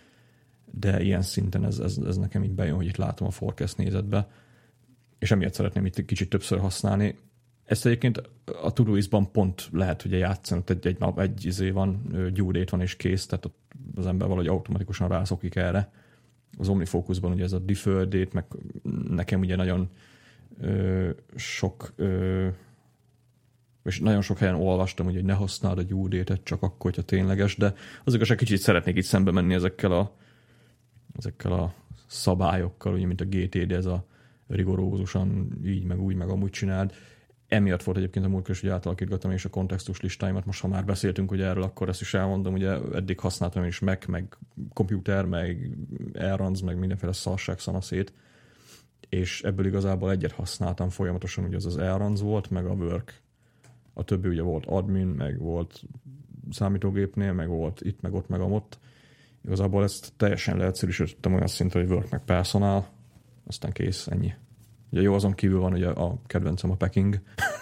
De ilyen szinten ez, ez, ez nekem így bejön, hogy itt látom a forecast nézetbe, és emiatt szeretném itt kicsit többször használni. Ezt egyébként a Todoist-ban pont lehet ugye játszani, egy, egy nap, egy izé van, due date van és kész, tehát ott az ember valahogy automatikusan rászokik erre. Az OmniFocusban ugye ez a deferred date, meg nekem ugye nagyon ö, sok ö, és nagyon sok helyen olvastam, hogy ne használd a due date-et csak akkor, hogyha tényleges, de az igazság kicsit szeretnék itt szembe menni ezekkel a ezekkel a szabályokkal, ugye, mint a gé té dé, ez a rigorózusan így, meg úgy, meg amúgy csináld. Emiatt volt egyébként a múltkor is, hogy átalakítgattam és a kontextus listáimat. Most, ha már beszéltünk ugye erről, akkor ezt is elmondom, ugye eddig használtam is Mac, meg komputer, meg Elrons, meg mindenféle szarság szanaszét, és ebből igazából egyet használtam folyamatosan, ugye az az Elrons volt, meg a Work. A többi ugye volt admin, meg volt számítógépnél, meg volt itt, meg ott, meg amott. Igazából ezt teljesen leegyszerűsítettem olyan szintre, hogy Work meg Personal, aztán kész, ennyi. Ugye jó, azon kívül van ugye a kedvencem a Packing.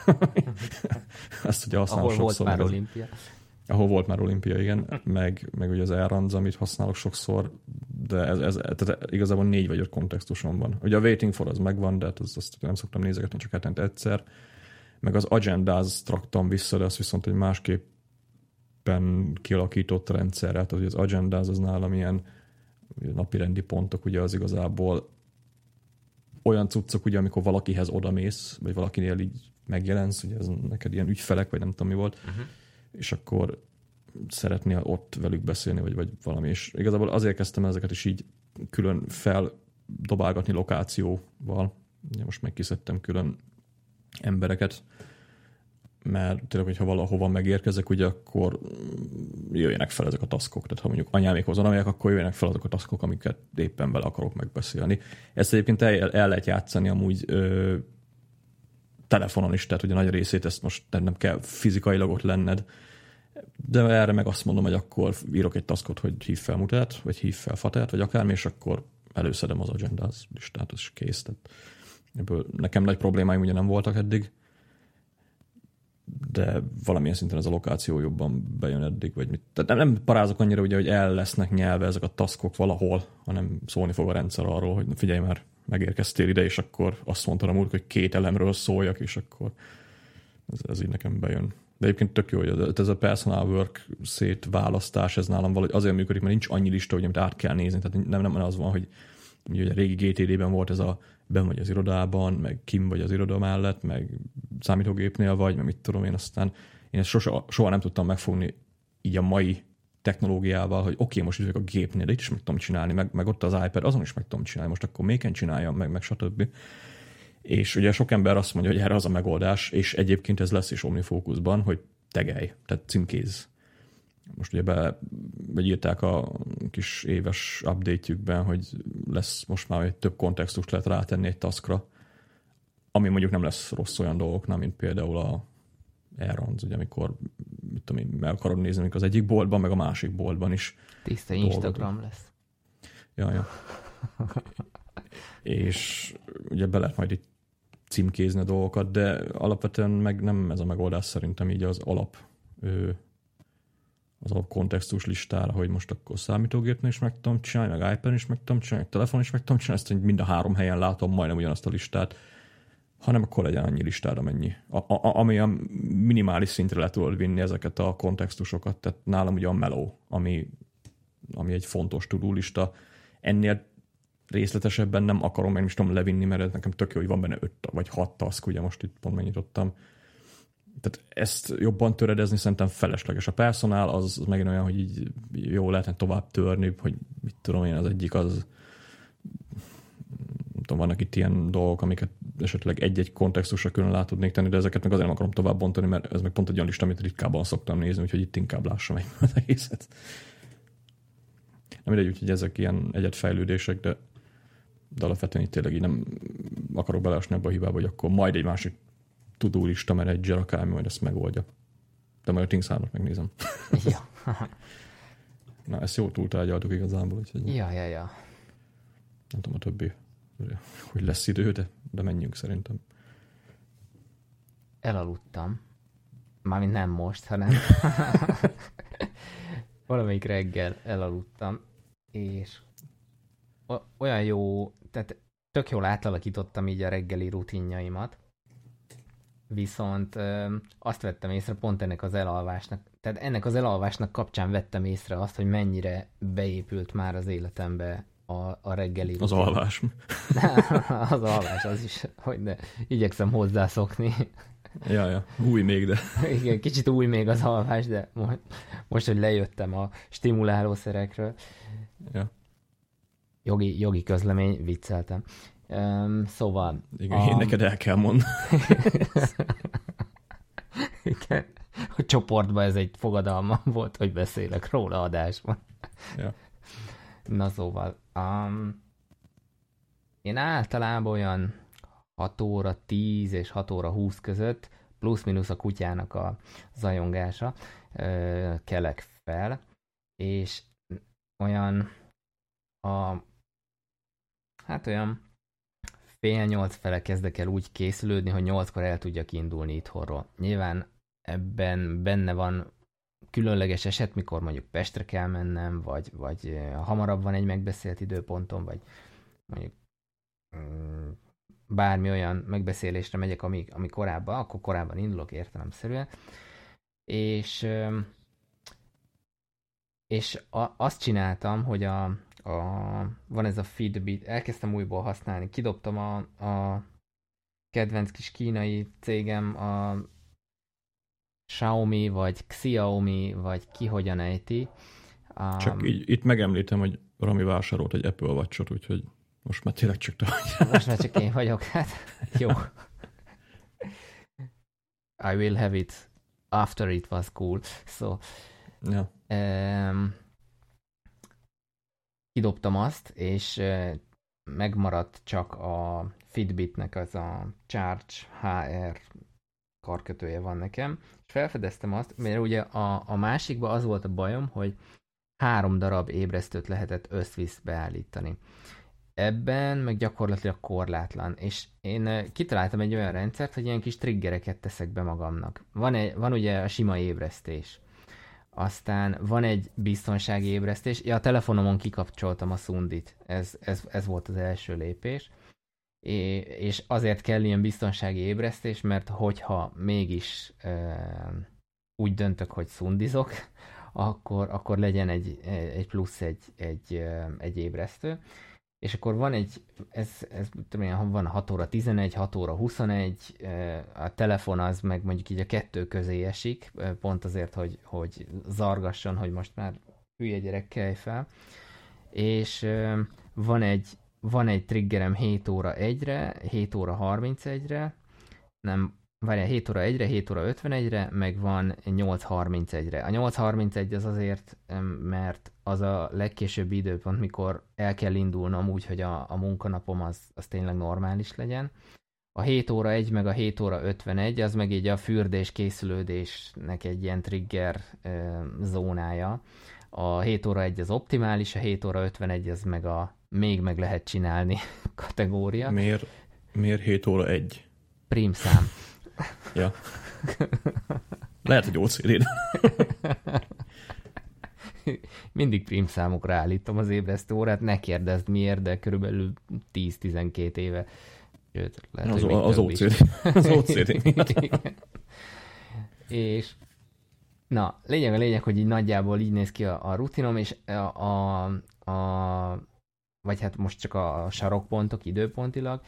Ezt ugye használom ahol sokszor. Volt már olimpia. Az, ahol volt már olimpia, igen. Meg, meg ugye az Elrons, amit használok sokszor, de ez, ez, tehát igazából négy vagy öt kontextuson van. Ugye a Waiting for az megvan, de hát azt, azt nem szoktam nézegetni, csak hetente egyszer. Meg az Agendas traktam vissza, de az viszont egy másképpen kialakított rendszerrel. Tehát az Agendas az nálam ilyen napirendi pontok, ugye az igazából olyan cuccok, ugye, amikor valakihez odamész, vagy valakinél így megjelensz, ugye ez neked ilyen ügyfelek, vagy nem tudom mi volt, uh-huh. és akkor szeretnél ott velük beszélni, vagy, vagy valami. És igazából azért kezdtem ezeket is így külön feldobálgatni lokációval. Ugye most megkiszedtem külön embereket, mert tényleg, hogyha valahova megérkezek, ugye akkor jöjjenek fel ezek a taskok. Tehát ha mondjuk anyámékhoz oda akkor jöjjenek fel azok a taskok, amiket éppen vele akarok megbeszélni. Ezt egyébként el, el lehet játszani amúgy ö, telefonon is, tehát ugye nagy részét ezt most nem kell fizikailag ott lenned, de erre meg azt mondom, hogy akkor írok egy taskot, hogy hív fel Mutát, vagy hív fel Fatát, vagy akármi, és akkor előszedem az Agendas listát, az kész. Tehát ebből nekem nagy problémáim ugye nem voltak eddig, de valamilyen szinten ez a lokáció jobban bejön eddig, vagy mit. Tehát nem, nem parázok annyira, ugye, hogy el lesznek nyelve ezek a taskok valahol, hanem szólni fog a rendszer arról, hogy figyelj már, megérkeztél ide, és akkor azt mondtam a múltkor, hogy két elemről szóljak, és akkor ez, ez így nekem bejön. De egyébként tök jó, hogy ez a personal work szétválasztás, ez nálam valahogy azért működik, mert nincs annyi lista, hogy amit át kell nézni. Tehát nem, nem az van, hogy ugye a régi gé té dében volt ez a benn vagy az irodában, meg kim vagy az iroda mellett, meg számítógépnél vagy, meg mit tudom én, aztán én ezt sose, soha nem tudtam megfogni így a mai technológiával, hogy oké, okay, most itt a gépnél, de itt is meg tudom csinálni, meg, meg ott az iPad, azon is meg tudom csinálni, most akkor melyiken csináljam, meg, meg stb. És ugye sok ember azt mondja, hogy erre az a megoldás, és egyébként ez lesz is OmniFocusban, hogy tegelj, tehát címkézz. Most ugye be, beírták a kis éves update-jükben, hogy lesz most már, hogy több kontextust lehet rátenni egy taskra, ami mondjuk nem lesz rossz olyan dolgoknál, mint például a Elrons, ugye amikor mit tudom én, meg akarod nézni, amikor az egyik boltban, meg a másik boltban is. Tiszta Instagram lesz. Ja, ja. És ugye be lehet majd itt címkézni a dolgokat, de alapvetően meg nem ez a megoldás szerintem így az alap az alap kontextus listára, hogy most akkor számítógépnél is meg tudom csinálni, meg iPad is meg tudom csinálni, meg telefon is meg tudom csinálni, ezt mind a három helyen látom majdnem ugyanazt a listát, hanem akkor legyen annyi listára mennyi. A, a, ami a minimális szintre le tudod vinni ezeket a kontextusokat, tehát nálam ugye a Mellow, ami, ami egy fontos to-do lista. Ennél részletesebben nem akarom, meg is tudom levinni, mert ez nekem tök jó, hogy van benne öt vagy hat task, ugye most itt pont megnyitottam. Tehát ezt jobban töredezni szerintem felesleges. A personál az megint olyan, hogy így jó lehetne tovább törni, hogy mit tudom én, az egyik az nem tudom, vannak itt ilyen dolgok, amiket esetleg egy-egy kontextusra külön rá tudnék tenni, de ezeket meg azért nem akarom tovább bontani, mert ez meg pont egy olyan lista, amit ritkábban szoktam nézni, úgyhogy itt inkább lássam egy az egészet. Nem mindegy, úgyhogy ezek ilyen egyetfejlődések, de, de alapvetően itt tényleg így nem akarok beleesni abba a hibába, hogy akkor majd egy másik to-do lista, mert egy akármi majd ezt megoldja. De majd a Things hármat megnézem. Ja. Na, ezt jól túltárgyaltuk igazából. Úgyhogy Ja, ja, ja. Nem tudom a többi, hogy lesz idő, de, de menjünk szerintem. Elaludtam. Mármint nem most, hanem valamelyik reggel elaludtam, és olyan jó, tehát tök jól átalakítottam így a reggeli rutinjaimat, viszont ö, azt vettem észre pont ennek az elalvásnak, tehát ennek az elalvásnak kapcsán vettem észre azt, hogy mennyire beépült már az életembe a, a reggeli rutin. Az alvás. Az alvás, az is, hogy ne, igyekszem hozzászokni. Ja, ja, új még, de... Igen, kicsit új még az alvás, de most, most hogy lejöttem a stimulálószerekről. Ja. Jogi, jogi közlemény, vicceltem. Um, szóval... Igen, a... én neked el kell mondani. Igen, a csoportban ez egy fogadalma volt, hogy beszélek róla adásban. Ja. Na szóval, um, én általában olyan hat óra tíz és hat óra húsz között, plusz-minusz a kutyának a zajongása, ö, kelek fel, és olyan a, hát olyan fél nyolc fele kezdek el úgy készülődni, hogy nyolckor el tudjak indulni itthonról. Nyilván ebben benne van különleges eset, mikor mondjuk Pestre kell mennem, vagy, vagy hamarabb van egy megbeszélt időpontom, vagy mondjuk mm, bármi olyan megbeszélésre megyek, ami, ami korábban, akkor korábban indulok értelemszerűen. És, és a, azt csináltam, hogy a, a, van ez a Fitbit, elkezdtem újból használni, kidobtam a, a kedvenc kis kínai cégem, a Xiaomi, vagy Xiaomi, vagy ki hogyan ejti. Um, Csak így, itt megemlítem, hogy Rami vásárolt egy Apple Watch-ot, úgyhogy most már tényleg csak te vagy. Most már csak én vagyok, hát jó. I will have it after it was cool. So, ja. um, kidobtam azt, és uh, megmaradt csak a Fitbitnek az a Charge há er karkötője van nekem, és felfedeztem azt, mert ugye a, a másikban az volt a bajom, hogy három darab ébresztőt lehetett összvisz beállítani. Ebben meg gyakorlatilag korlátlan, és én kitaláltam egy olyan rendszert, hogy ilyen kis triggereket teszek be magamnak. Van, egy, van ugye a sima ébresztés, aztán van egy biztonsági ébresztés, ja, a telefonomon kikapcsoltam a szundit, ez, ez, ez volt az első lépés, é, és azért kell ilyen biztonsági ébresztés, mert hogyha mégis e, úgy döntök, hogy szundizok, akkor, akkor legyen egy, egy plusz egy, egy, egy ébresztő. És akkor van egy, ez, ez tudom, van a hat óra tizenegy, hat óra huszonegy, a telefon az meg mondjuk így a kettő közé esik, pont azért, hogy, hogy zargasson, hogy most már hülye gyerek, kelj fel. És van egy, van egy triggerem hét óra egyre, hét óra harmincegyre, nem, várjál, hét óra egyre, hét óra ötvenegyre, meg van nyolc harmincegyre. A nyolc harmincegy az azért, mert az a legkésőbbi időpont, mikor el kell indulnom úgy, hogy a, a munkanapom az, az tényleg normális legyen. A hét óra egy meg a hét óra ötvenegy, az meg így a fürdés készülődésnek egy ilyen trigger e, zónája. A hét óra egy az optimális, a hét óra ötvenegy az meg a még meg lehet csinálni kategória. Miért, miért hét óra egy? Prímszám. Ja. Lehet, hogy ó cé dé. Mindig prímszámokra állítom az ébresztő órát, ne kérdezd miért, de körülbelül tíz-tizenkét éve. Sőt, lehet, az, hogy az ó cé dé. Az ó cé dé. És na, lényeg a lényeg, hogy így nagyjából így néz ki a, a rutinom, és a, a, a vagy hát most csak a sarokpontok időpontilag.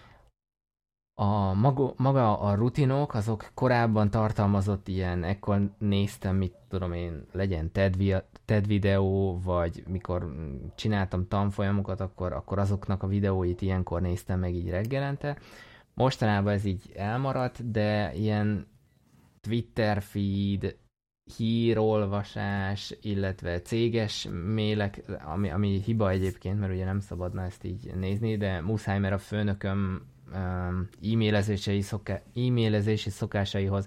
A maga, maga a rutinok, azok korábban tartalmazott ilyen, ekkor néztem, mit tudom én, legyen TED, TED videó, vagy mikor csináltam tanfolyamokat, akkor, akkor azoknak a videóit ilyenkor néztem meg így reggelente. Mostanában ez így elmaradt, de ilyen Twitter feed, hírolvasás, illetve céges mailek, ami, ami hiba egyébként, mert ugye nem szabadna ezt így nézni, de muszáj, mert a főnököm e-mailezési, szoká- e-mailezési szokásaihoz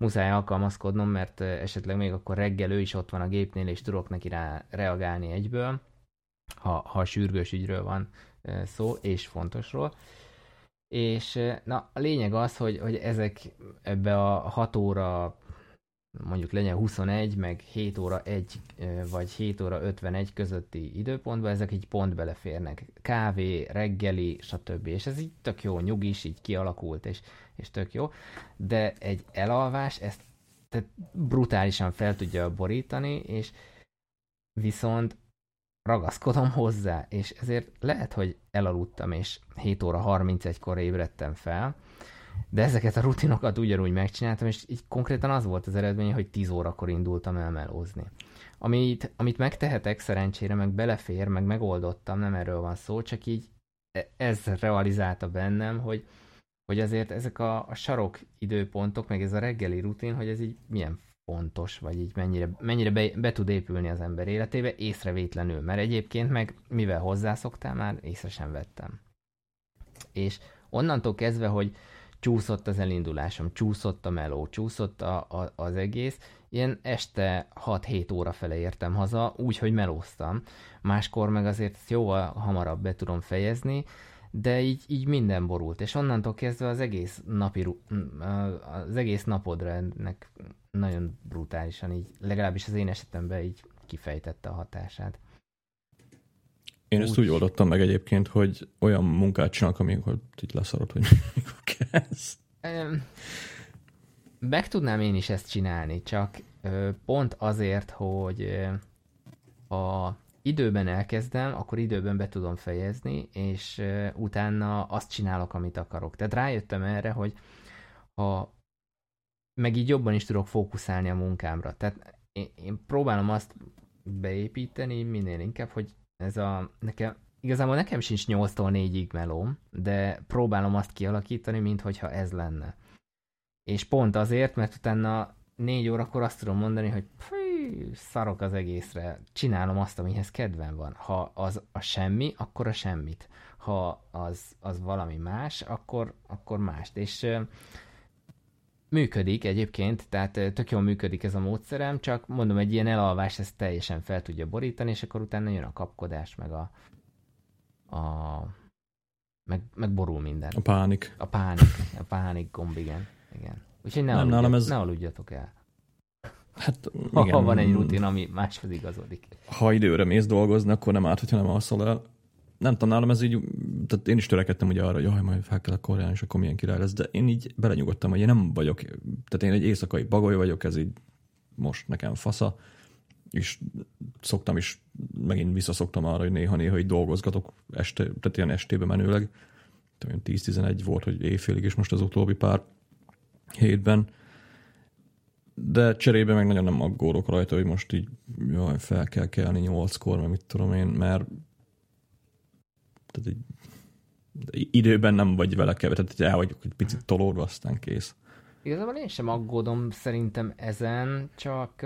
muszáj alkalmazkodnom, mert esetleg még akkor reggel ő is ott van a gépnél, és tudok neki rá reagálni egyből, ha, ha sürgős ügyről van szó, és fontosról. És na, a lényeg az, hogy, hogy ezek ebbe a hat óra, mondjuk legyen huszonegy, meg hét óra egy, vagy hét óra ötvenegy közötti időpontban, ezek így pont beleférnek. Kávé, reggeli, stb. És ez így tök jó, nyugis, így kialakult, és, és tök jó. De egy elalvás ezt tehát brutálisan fel tudja borítani, és viszont ragaszkodom hozzá, és ezért lehet, hogy elaludtam, és hét óra harmincegykor ébredtem fel, de ezeket a rutinokat ugyanúgy megcsináltam, és így konkrétan az volt az eredmény, hogy tíz órakor indultam el melózni. Amit, amit megtehetek szerencsére, meg belefér, meg megoldottam, nem erről van szó, csak így ez realizálta bennem, hogy, hogy azért ezek a, a sarok időpontok, meg ez a reggeli rutin, hogy ez így milyen fontos, vagy így mennyire, mennyire be, be tud épülni az ember életébe, észrevétlenül, mert egyébként meg mivel hozzászoktál, már észre sem vettem. És onnantól kezdve, hogy csúszott az elindulásom, csúszott a meló, csúszott a, a, az egész, ilyen este hat-hét óra fele értem haza, úgy, hogy melóztam. Máskor meg azért jóval hamarabb be tudom fejezni, de így, így minden borult, és onnantól kezdve az egész napi, az egész napodra ennek nagyon brutálisan így, legalábbis az én esetemben így kifejtette a hatását. Én úgy... ezt úgy oldottam meg egyébként, hogy olyan munkát csinálok, amikor így leszarod, hogy mikor kezd. Meg tudnám én is ezt csinálni, csak pont azért, hogy ha időben elkezdem, akkor időben be tudom fejezni, és utána azt csinálok, amit akarok. Tehát rájöttem erre, hogy ha meg így jobban is tudok fókuszálni a munkámra. Tehát én, én próbálom azt beépíteni minél inkább, hogy ez a, nekem, igazából nekem sincs nyolctól négyig melóm, de próbálom azt kialakítani, minthogyha ez lenne. És pont azért, mert utána négy órakor azt tudom mondani, hogy fű, szarok az egészre, csinálom azt, amihez kedvem van. Ha az a semmi, akkor a semmit. Ha az, az valami más, akkor, akkor mást. És működik egyébként, tehát tök jól működik ez a módszerem, csak mondom, egy ilyen elalvás ezt teljesen fel tudja borítani, és akkor utána jön a kapkodás, meg a, a meg, meg borul minden. A pánik. A pánik, a pánik gomb, igen. igen. Úgyhogy ne, nem, aludjat, ez... ne aludjatok el. Hát, ha, igen. ha van egy rutin, ami máshoz igazodik. Ha időre mész dolgozni, akkor nem árt, hogyha nem alszol el. Nem tudom, nálam ez így, tehát én is törekedtem ugye arra, hogy jaj, majd fel kell a korján, és akkor milyen király lesz, de én így belenyugodtam, hogy én nem vagyok, tehát én egy éjszakai bagoly vagyok, ez így most nekem fasza, és szoktam is, megint visszaszoktam arra, hogy néha-néha így dolgozgatok, este, tehát ilyen estébe menőleg, tíz-tizenegy volt, hogy éjfélig, és most az utóbbi pár hétben, de cserébe meg nagyon nem aggódok rajta, hogy most így jaj, fel kell kelni nyolckor, mert mit tudom én, mert tehát így, időben nem vagy vele kevés, tehát el vagyok egy picit tolódva, aztán kész. Igazából én sem aggódom szerintem ezen, csak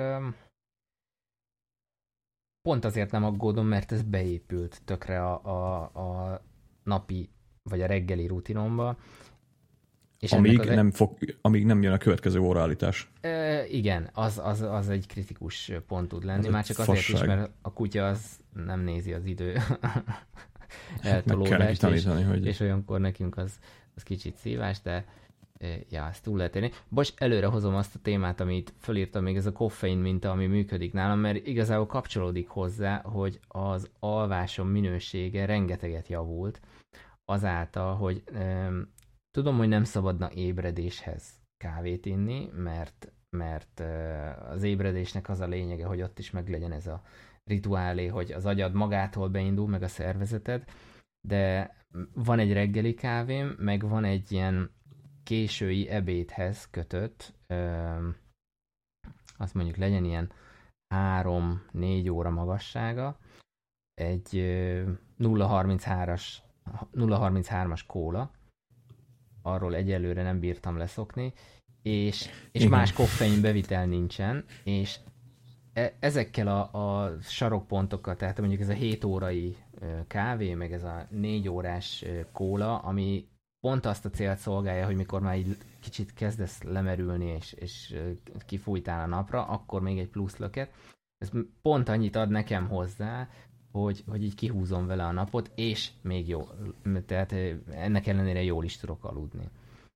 pont azért nem aggódom, mert ez beépült tökre a, a, a napi vagy a reggeli rutinomba. És amíg, az nem fog, amíg nem jön a következő óraállítás. E, igen, az, az, az egy kritikus pont tud lenni, az már csak azért fasság. Is, mert a kutya az nem nézi az idő eltolódást, és, hogy... és olyankor nekünk az, az kicsit szívás, de ja, ezt túl lehet érni. Bocs, előre hozom azt a témát, amit fölírtam, még ez a koffein minta, ami működik nálam, mert igazából kapcsolódik hozzá, hogy az alvásom minősége rengeteget javult azáltal, hogy um, tudom, hogy nem szabadna ébredéshez kávét inni, mert, mert uh, az ébredésnek az a lényege, hogy ott is meg legyen ez a rituálé, hogy az agyad magától beindul, meg a szervezeted, de van egy reggeli kávém, meg van egy ilyen késői ebédhez kötött, ö, azt mondjuk legyen ilyen három-négy óra magassága, egy ö, nulla harminchármas kóla, arról egyelőre nem bírtam leszokni, és, és más koffein bevitel nincsen, és e- ezekkel a, a sarokpontokkal, tehát mondjuk ez a hét órai ö, kávé, meg ez a négy órás ö, kóla, ami pont azt a célt szolgálja, hogy mikor már így kicsit kezdesz lemerülni, és, és kifújtál a napra, akkor még egy plusz löket. Ez pont annyit ad nekem hozzá, hogy, hogy így kihúzom vele a napot, és még jó, tehát ennek ellenére jól is tudok aludni.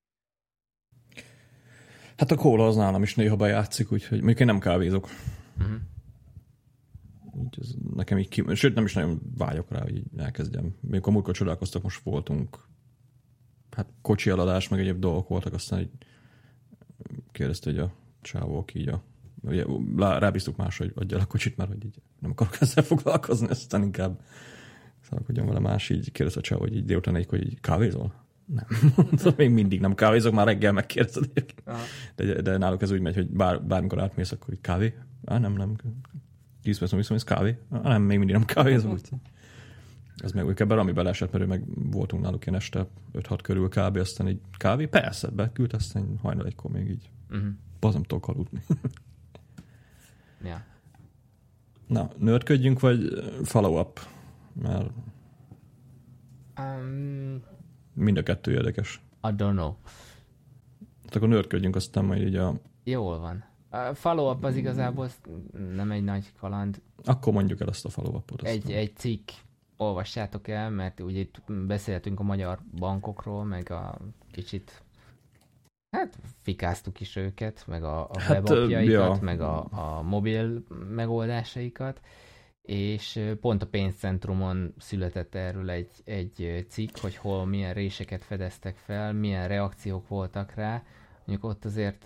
Hát a kóla az nálam is néha bejátszik, úgyhogy mondjuk én nem kávézok. Uh-huh. Úgy ez nekem így ki... Sőt, nem is nagyon vágyok rá, hogy így elkezdjem. Még a múltkor csodálkoztak, most voltunk hát kocsi eladás, meg egyéb dolgok voltak, aztán így kérdezte, hogy a csávók így a... rábíztuk másra, hogy adja el a kocsit, mert hogy így nem akarok ezzel foglalkozni, aztán inkább szalkodjam vele más, így kérdezte a csávó, hogy így délután egyik, hogy így kávézol? Nem. Még mindig nem kávézok, már reggel megkérdezed. De, de náluk ez úgy megy, hogy bár, bármikor átmész, akkor így kávé? Á, nem, nem. tíz perc múlva viszont kávé? Á, nem, még mindig nem kávézom. Ez meg úgy ebben Rami beleesett, mert ő meg voltunk náluk ilyen este öt-hat körül kb. Aztán így kávé? Persze, beküld, aztán hajnal egykor még így. Uh-huh. Bazam tudok aludni. Ja. Na, nördködjünk, vagy follow-up? Mert um, mind a kettő érdekes. I don't know. Hát akkor nördködjünk, aztán majd így a... Jól van. A follow-up az igazából nem egy nagy kaland. Akkor mondjuk el azt a follow-upot. Egy, egy cikk, olvassátok el, mert ugye itt beszéltünk a magyar bankokról, meg a kicsit hát fikáztuk is őket, meg a, a hát, webapjaikat, ja. meg a, a mobil megoldásaikat, és pont a pénzcentrumon született erről egy, egy cikk, hogy hol milyen réseket fedeztek fel, milyen reakciók voltak rá. Mondjuk ott azért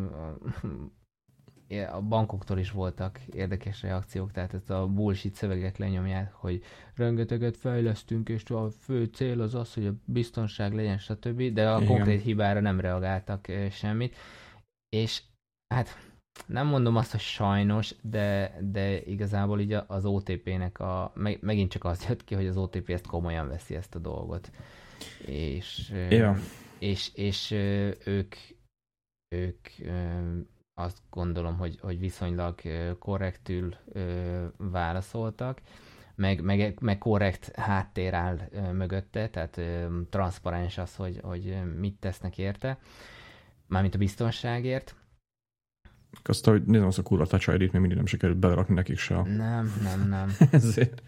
a bankoktól is voltak érdekes reakciók, tehát ezt a bullshit szöveget lenyomják, hogy rengeteget fejlesztünk, és a fő cél az az, hogy a biztonság legyen, stb., de a Igen. konkrét hibára nem reagáltak semmit. És hát nem mondom azt, hogy sajnos, de, de igazából így az o té pének a, meg, megint csak az jött ki, hogy az o té pé ezt komolyan veszi ezt a dolgot. És, yeah. és, és ők, ők azt gondolom, hogy, hogy viszonylag korrektül válaszoltak, meg, meg, meg korrekt háttér áll mögötte, tehát transzparens az, hogy, hogy mit tesznek érte, mármint a biztonságért. Azt, hogy nézem azt a kurva Touch áj dí-t, még mindig nem sikerült belerakni nekik se. Nem, nem, nem. Ezért.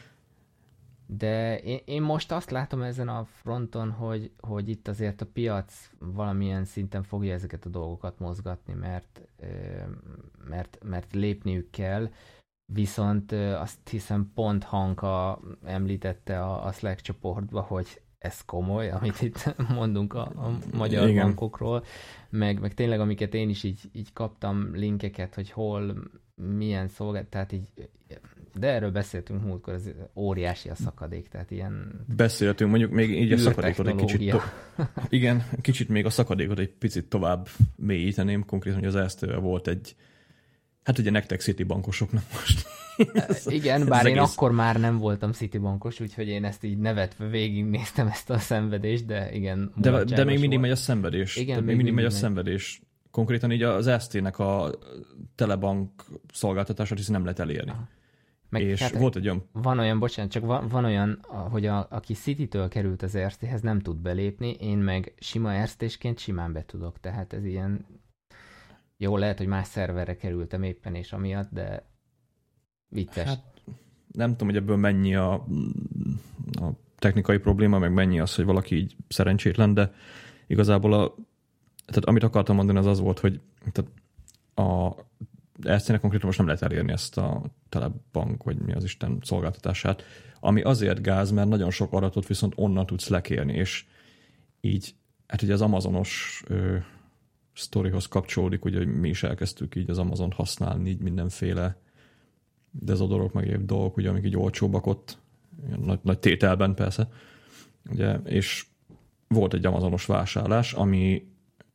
De én, én most azt látom ezen a fronton, hogy, hogy itt azért a piac valamilyen szinten fogja ezeket a dolgokat mozgatni, mert, mert, mert lépniük kell, viszont azt hiszem pont Hanka említette a, a Slack csoportba, hogy ez komoly, amit itt mondunk a, a magyar Igen. bankokról, meg, meg tényleg amiket én is így, így kaptam linkeket, hogy hol, milyen szolgálat, tehát így, de erről beszéltünk múltkor, ez óriási a szakadék, tehát ilyen... Beszéltünk, mondjuk még így a szakadékot egy kicsit... To- Igen, kicsit még a szakadékot egy picit tovább mélyíteném, konkrétan, hogy az é es té-vel volt egy, hát ugye nektek Citibankosoknak most. Igen, bár én egész... akkor már nem voltam Citibankos, úgyhogy én ezt így nevetve végignéztem ezt a szenvedést, de igen. De, de még mindig volt. megy a szenvedés. Igen, még, még mindig megy a megy. szenvedés. Konkrétan így az é es té-nek a telebank szolgáltatását hiszen nem lehet elérni. Aha. Meg és hát volt egy olyan... Van olyan, bocsánat, csak van, van olyan, hogy a, aki City-től került az é es té-hez nem tud belépni, én meg sima é es té-sként simán be tudok, tehát ez ilyen... Jó, lehet, hogy más szerverre kerültem éppen és amiatt, de vicces. Hát, nem tudom, hogy ebből mennyi a, a technikai probléma, meg mennyi az, hogy valaki így szerencsétlen, de igazából a, tehát amit akartam mondani, az az volt, hogy tehát a é es té-nek konkrétan most nem lehet elérni ezt a telebank, vagy mi az Isten szolgáltatását, ami azért gáz, mert nagyon sok adatot viszont onnan tudsz lekérni, és így, hát ugye az Amazonos ö, sztorihoz kapcsolódik, ugye, hogy mi is elkezdtük így az Amazont használni, így mindenféle dezodorok, meg egyéb dolgok, ugye, amik így olcsóbbak ott, nagy, nagy tételben persze, ugye, és volt egy Amazonos vásárlás, ami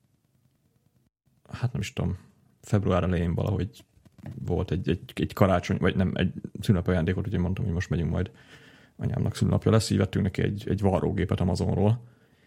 hát nem is tudom, február elején valahogy volt egy, egy, egy karácsony, vagy nem, egy szülinapajándékot, úgyhogy mondtam, hogy most megyünk majd, anyámnak szülinapja lesz, így vettünk neki egy, egy varrógépet Amazonról,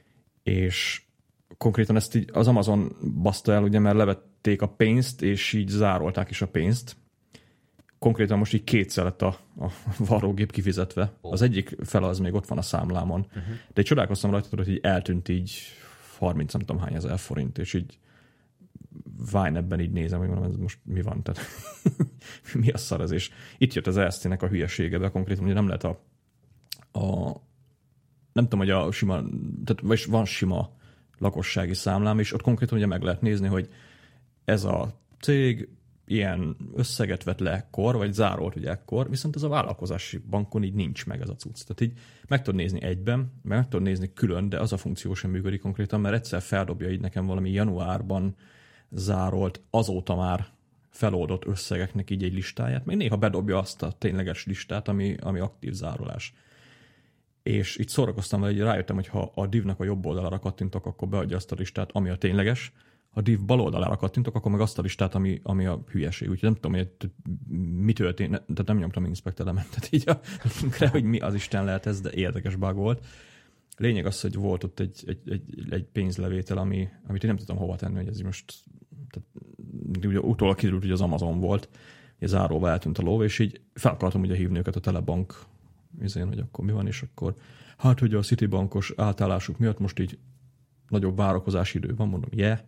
és konkrétan ezt így az Amazon baszta el, ugye, mert levették a pénzt, és így zárolták is a pénzt, konkrétan most így kétszer lett a, a varrógép kifizetve. Oh. Az egyik fele az még ott van a számlámon. Uh-huh. De egy csodálkoztam rajta, hogy így eltűnt így harminc nem tudom hány ezer forint, és így Vine-ebben így nézem, hogy mondom, ez most mi van, tehát mi a szar ez, és itt jött az er es té-nek a hülyesége, de konkrétan ugye nem lehet a, a nem tudom, hogy a sima, tehát vagy van sima lakossági számlám, és ott konkrétan ugye meg lehet nézni, hogy ez a cég ilyen összeget vett le ekkor, vagy zárolt ugye ekkor, viszont ez a vállalkozási bankon így nincs meg ez a cucc. Tehát így meg tudod nézni egyben, meg tudod nézni külön, de az a funkció sem működik konkrétan, mert egyszer feldobja így nekem valami januárban zárolt, azóta már feloldott összegeknek így egy listáját, még néha bedobja azt a tényleges listát, ami, ami aktív zárolás. És itt szórakoztam, hogy rájöttem, hogy ha a divnak a jobb oldalára kattintok, akkor beadja azt a listát, ami a tényleges, ha a div bal oldalára kattintok, akkor meg azt a listát, ami, ami a hülyeség. Úgyhogy nem tudom, hogy mi történt, tehát nem nyomtam inspect elementet így a linkre, hogy mi az Isten lehet ez, de érdekes bug volt. Lényeg az, hogy volt ott egy, egy, egy, egy pénzlevétel, ami, amit én nem tudtam hova tenni, hogy ez most tehát, ugye utólag kiderült, hogy az Amazon volt, hogy záróba eltűnt a ló, és így fel akartam ugye hívni őket a telebank izén, hogy akkor mi van, és akkor hát, hogy a Citibankos átállásuk miatt most így nagyobb várakozási idő van, mondom, yeah.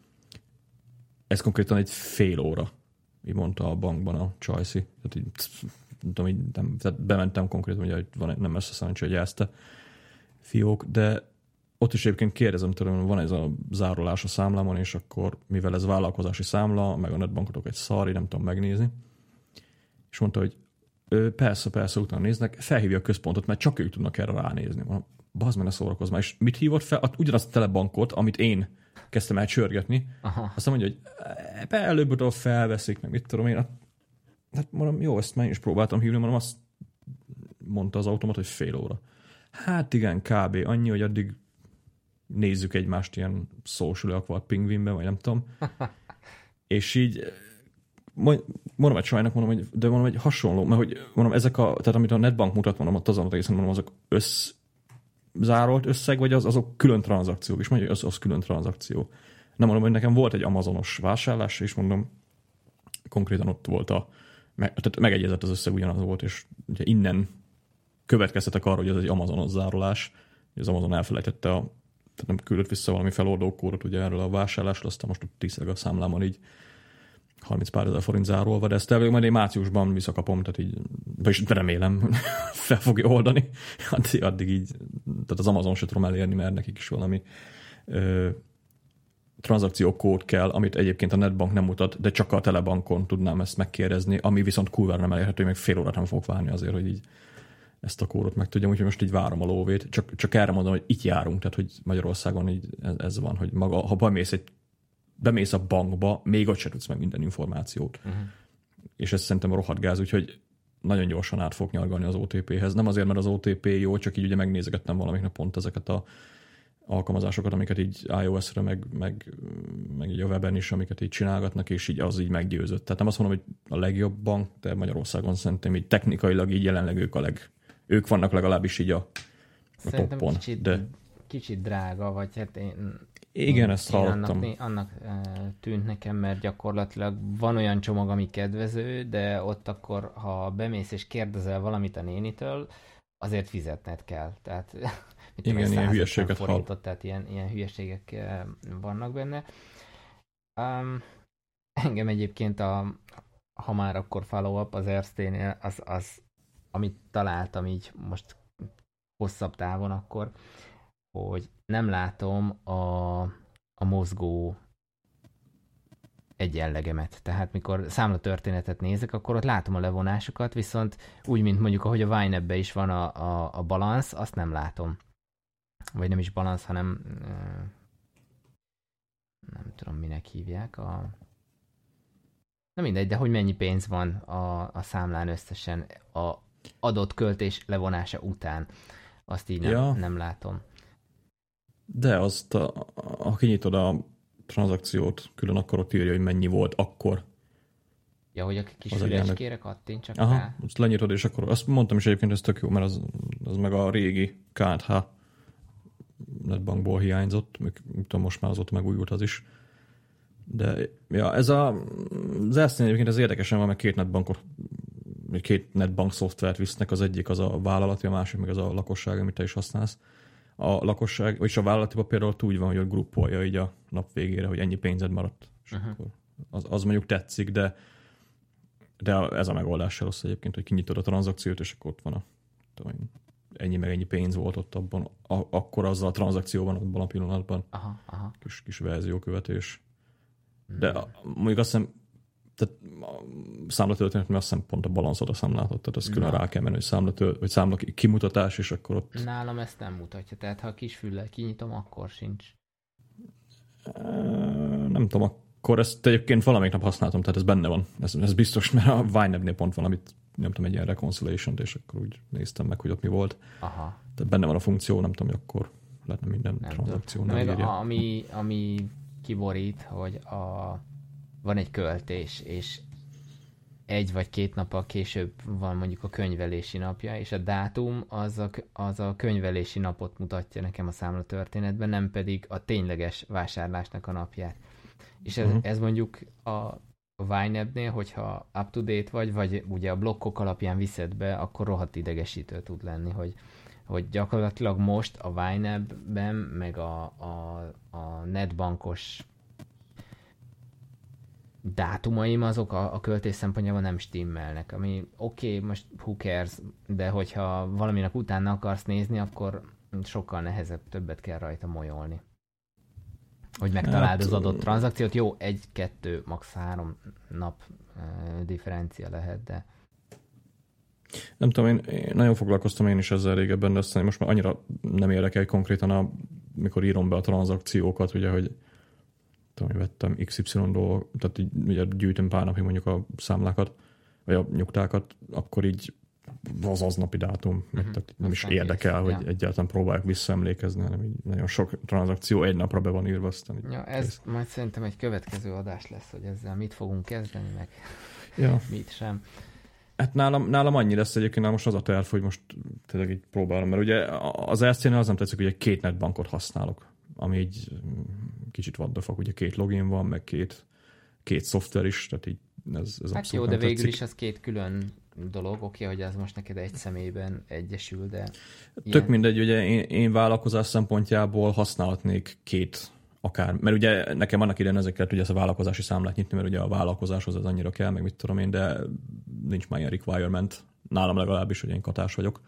Ez konkrétan egy fél óra, így mondta a bankban a Csajci. Tehát így, nem tudom, így nem, tehát bementem konkrétan, hogy van, nem összeszállítsa, hogy jelzte fiók, de ott is egyébként kérdezem tőlem, hogy van ez a zárolás a számlámon, és akkor mivel ez vállalkozási számla, meg a netbankotok egy szar, nem tudom megnézni. És mondta, hogy persze, persze, utána néznek, felhívja a központot, mert csak ők tudnak erre ránézni. Mondom, bazd meg, ne szórakozz már. És mit hívott fel? Ugyanazt a telebankot, amit én kezdtem el csörgetni. Aha. Azt mondja, hogy be előbb-utóbb felveszik, meg mit tudom én. Hát mondom, jó, ezt már én is próbáltam hívni, mondom, azt mondta az automat, hogy fél óra. Hát igen, kb. Annyi, hogy addig nézzük egymást ilyen social awkward pingvinben, vagy nem tudom. És így mondom egy sajnak, mondom, hogy, de mondom, hogy hasonló, mert hogy mondom, ezek a, tehát amit a netbank mutat, mondom, ott azon egészen mondom, azok összzárolt összeg, vagy az, azok külön tranzakciók, és mondja, hogy az, az külön tranzakció. Nem mondom, hogy nekem volt egy Amazonos vásárlás, és mondom, konkrétan ott volt a, meg, tehát megegyezett az összeg ugyanaz volt, és ugye innen következtetek arra, hogy ez egy Amazonos zárolás, az Amazon elfelejtette a, tehát nem küldött vissza valami feloldó kódot ugye erről a vásárlásról, aztán most tiszteleg a számlámon így harminc pár ezer forint zárolva, de ezt elvég majd én márciusban visszakapom, tehát így, vagyis remélem, fel fogja oldani. Addig, addig így, tehát az Amazon se tudom elérni, mert nekik is valami ö, tranzakciókód kell, amit egyébként a netbank nem mutat, de csak a telebankon tudnám ezt megkérdezni, ami viszont kurvára nem elérhető, még fél órát nem fogok várni azért, hogy így ezt a kódot megtudjam, úgyhogy most így várom a lóvét. Csak, csak erre mondom, hogy itt járunk, tehát hogy Magyarországon így ez, ez van, hogy maga, ha bemész egy bemész a bankba, még ott se tudsz meg minden információt. Uh-huh. És ez szerintem rohadt gáz, úgyhogy nagyon gyorsan át fogok nyargalni az o té péhez. Nem azért, mert az o té pé jó, csak így ugye megnézegettem valamiknek pont ezeket a alkalmazásokat, amiket így iOS-re, meg, meg, meg így a weben is, amiket így csinálgatnak, és így az így meggyőzött. Tehát nem azt mondom, hogy a legjobb bank, de Magyarországon szerintem így technikailag így jelenleg ők a leg, ők vannak legalábbis így a, a toppon. Kicsit, de... kicsit drága, vagy hát én Igen, ezt hallottam. Annak, annak tűnt nekem, mert gyakorlatilag van olyan csomag, ami kedvező, de ott akkor, ha bemész és kérdezel valamit a nénitől, azért fizetned kell. Tehát igen, ilyen hülyeséget hall. Tehát ilyen, ilyen hülyeségek vannak benne. Um, engem egyébként, a, ha már akkor follow-up az er es té-nél, az, az, amit találtam így most hosszabb távon akkor, hogy nem látom a, a mozgó egyenlegemet. Tehát mikor számlatörténetet nézek, akkor ott látom a levonásokat, viszont úgy, mint mondjuk, ahogy a Vine-ebben is van a, a, a balansz, azt nem látom. Vagy nem is balansz, hanem nem tudom, minek hívják. A... Na mindegy, de hogy mennyi pénz van a, a számlán összesen a adott költés levonása után. Azt így nem, ja. nem látom. De azt, a, ha kinyitod a tranzakciót, külön akkor ott írja, hogy mennyi volt akkor. Ja, hogy a kis füleskére kattint csak Aha, rá. azt lenyitod, és akkor azt mondtam is egyébként, ez tök jó, mert az, az meg a régi ká té há netbankból hiányzott, még tudom, most már azóta megújult az is. De ja, ez a, az er es té egyébként ez érdekesen van, mert két netbankot két netbank szoftvert visznek, az egyik az a vállalati, a másik meg az a lakosság, amit te is használsz. A lakosság, vagyis a vállalati például úgy van, hogy ott gruppolja így a nap végére, hogy ennyi pénzed maradt. Uh-huh. Az, az mondjuk tetszik, de, de ez a megoldás se rossz egyébként, hogy kinyitod a tranzakciót, és akkor ott van a tudom, ennyi meg ennyi pénz volt ott abban, a, akkor azzal a tranzakcióban, abban a pillanatban. Aha, aha. Kis, kis verziókövetés. De hmm. mondjuk azt hiszem, tehát a számlatöltőnek azt hiszem pont a balanszod a számlátot, tehát azt külön rá kell menni, hogy számlatölt, vagy számla kimutatás, és akkor ott... Nálam ezt nem mutatja, tehát ha a kis füllel kinyitom, akkor sincs. Nem tudom, akkor ezt egyébként valamelyik nap használtam, tehát ez benne van. Ez, ez biztos, mert a Winebnél pont valamit, nem tudom, egy ilyen reconciliation-t, és akkor úgy néztem meg, hogy ott mi volt. Aha. Tehát benne van a funkció, nem tudom, hogy akkor lehetne minden tranzakciónál írja. Ami, ami kiborít, hogy a, van egy költés, és egy vagy két nappal később van mondjuk a könyvelési napja, és a dátum az a, az a könyvelési napot mutatja nekem a számlatörténetben, nem pedig a tényleges vásárlásnak a napját. És ez, uh-huh. ez mondjuk a YNAB-nél, hogyha up-to-date vagy, vagy ugye a blokkok alapján viszed be, akkor rohadt idegesítő tud lenni, hogy, hogy gyakorlatilag most a YNAB-ben, meg a, a, a netbankos dátumaim azok a, a költés szempontjában nem stimmelnek, ami oké, okay, most who cares, de hogyha valaminek utána akarsz nézni, akkor sokkal nehezebb, többet kell rajta molyolni. Hogy megtaláld hát, az adott tranzakciót. Jó, egy, kettő, max. három nap uh, differencia lehet, de... Nem tudom, én, én nagyon foglalkoztam én is ezzel régebben, de aztán most már annyira nem érdekel konkrétan, a, mikor írom be a tranzakciókat, ugye, hogy tudom, hogy vettem iksz ipszilon dolog, tehát így ugye gyűjtöm pár napig mondjuk a számlákat, vagy a nyugtákat, akkor így az aznapi dátum, uh-huh. tehát nem is érdekel, hogy ja. egyáltalán próbáljuk visszaemlékezni, hanem így nagyon sok tranzakció egy napra be van írva. Aztán ja, ez kész. Majd szerintem egy következő adás lesz, hogy ezzel mit fogunk kezdeni, meg ja. mit sem. Hát nálam, nálam annyi lesz egyébként, most az a terv, hogy most tényleg így próbálom, mert ugye az er cé-nél az nem tetszik, hogy egy két netbankot használok, ami így kicsit what the fuck, ugye két login van, meg két, két szoftver is, tehát így ez, ez hát jó, de végül tetszik. Is az két külön dolog, oké, okay, hogy az most neked egy személyben egyesül, de... Tök ilyen... mindegy, ugye én, én vállalkozás szempontjából használhatnék két akár, mert ugye nekem annak idején ezeket ugye ezt a vállalkozási számlát nyitni, mert ugye a vállalkozáshoz az annyira kell, meg mit tudom én, de nincs már ilyen requirement, nálam legalábbis, hogy én katás vagyok,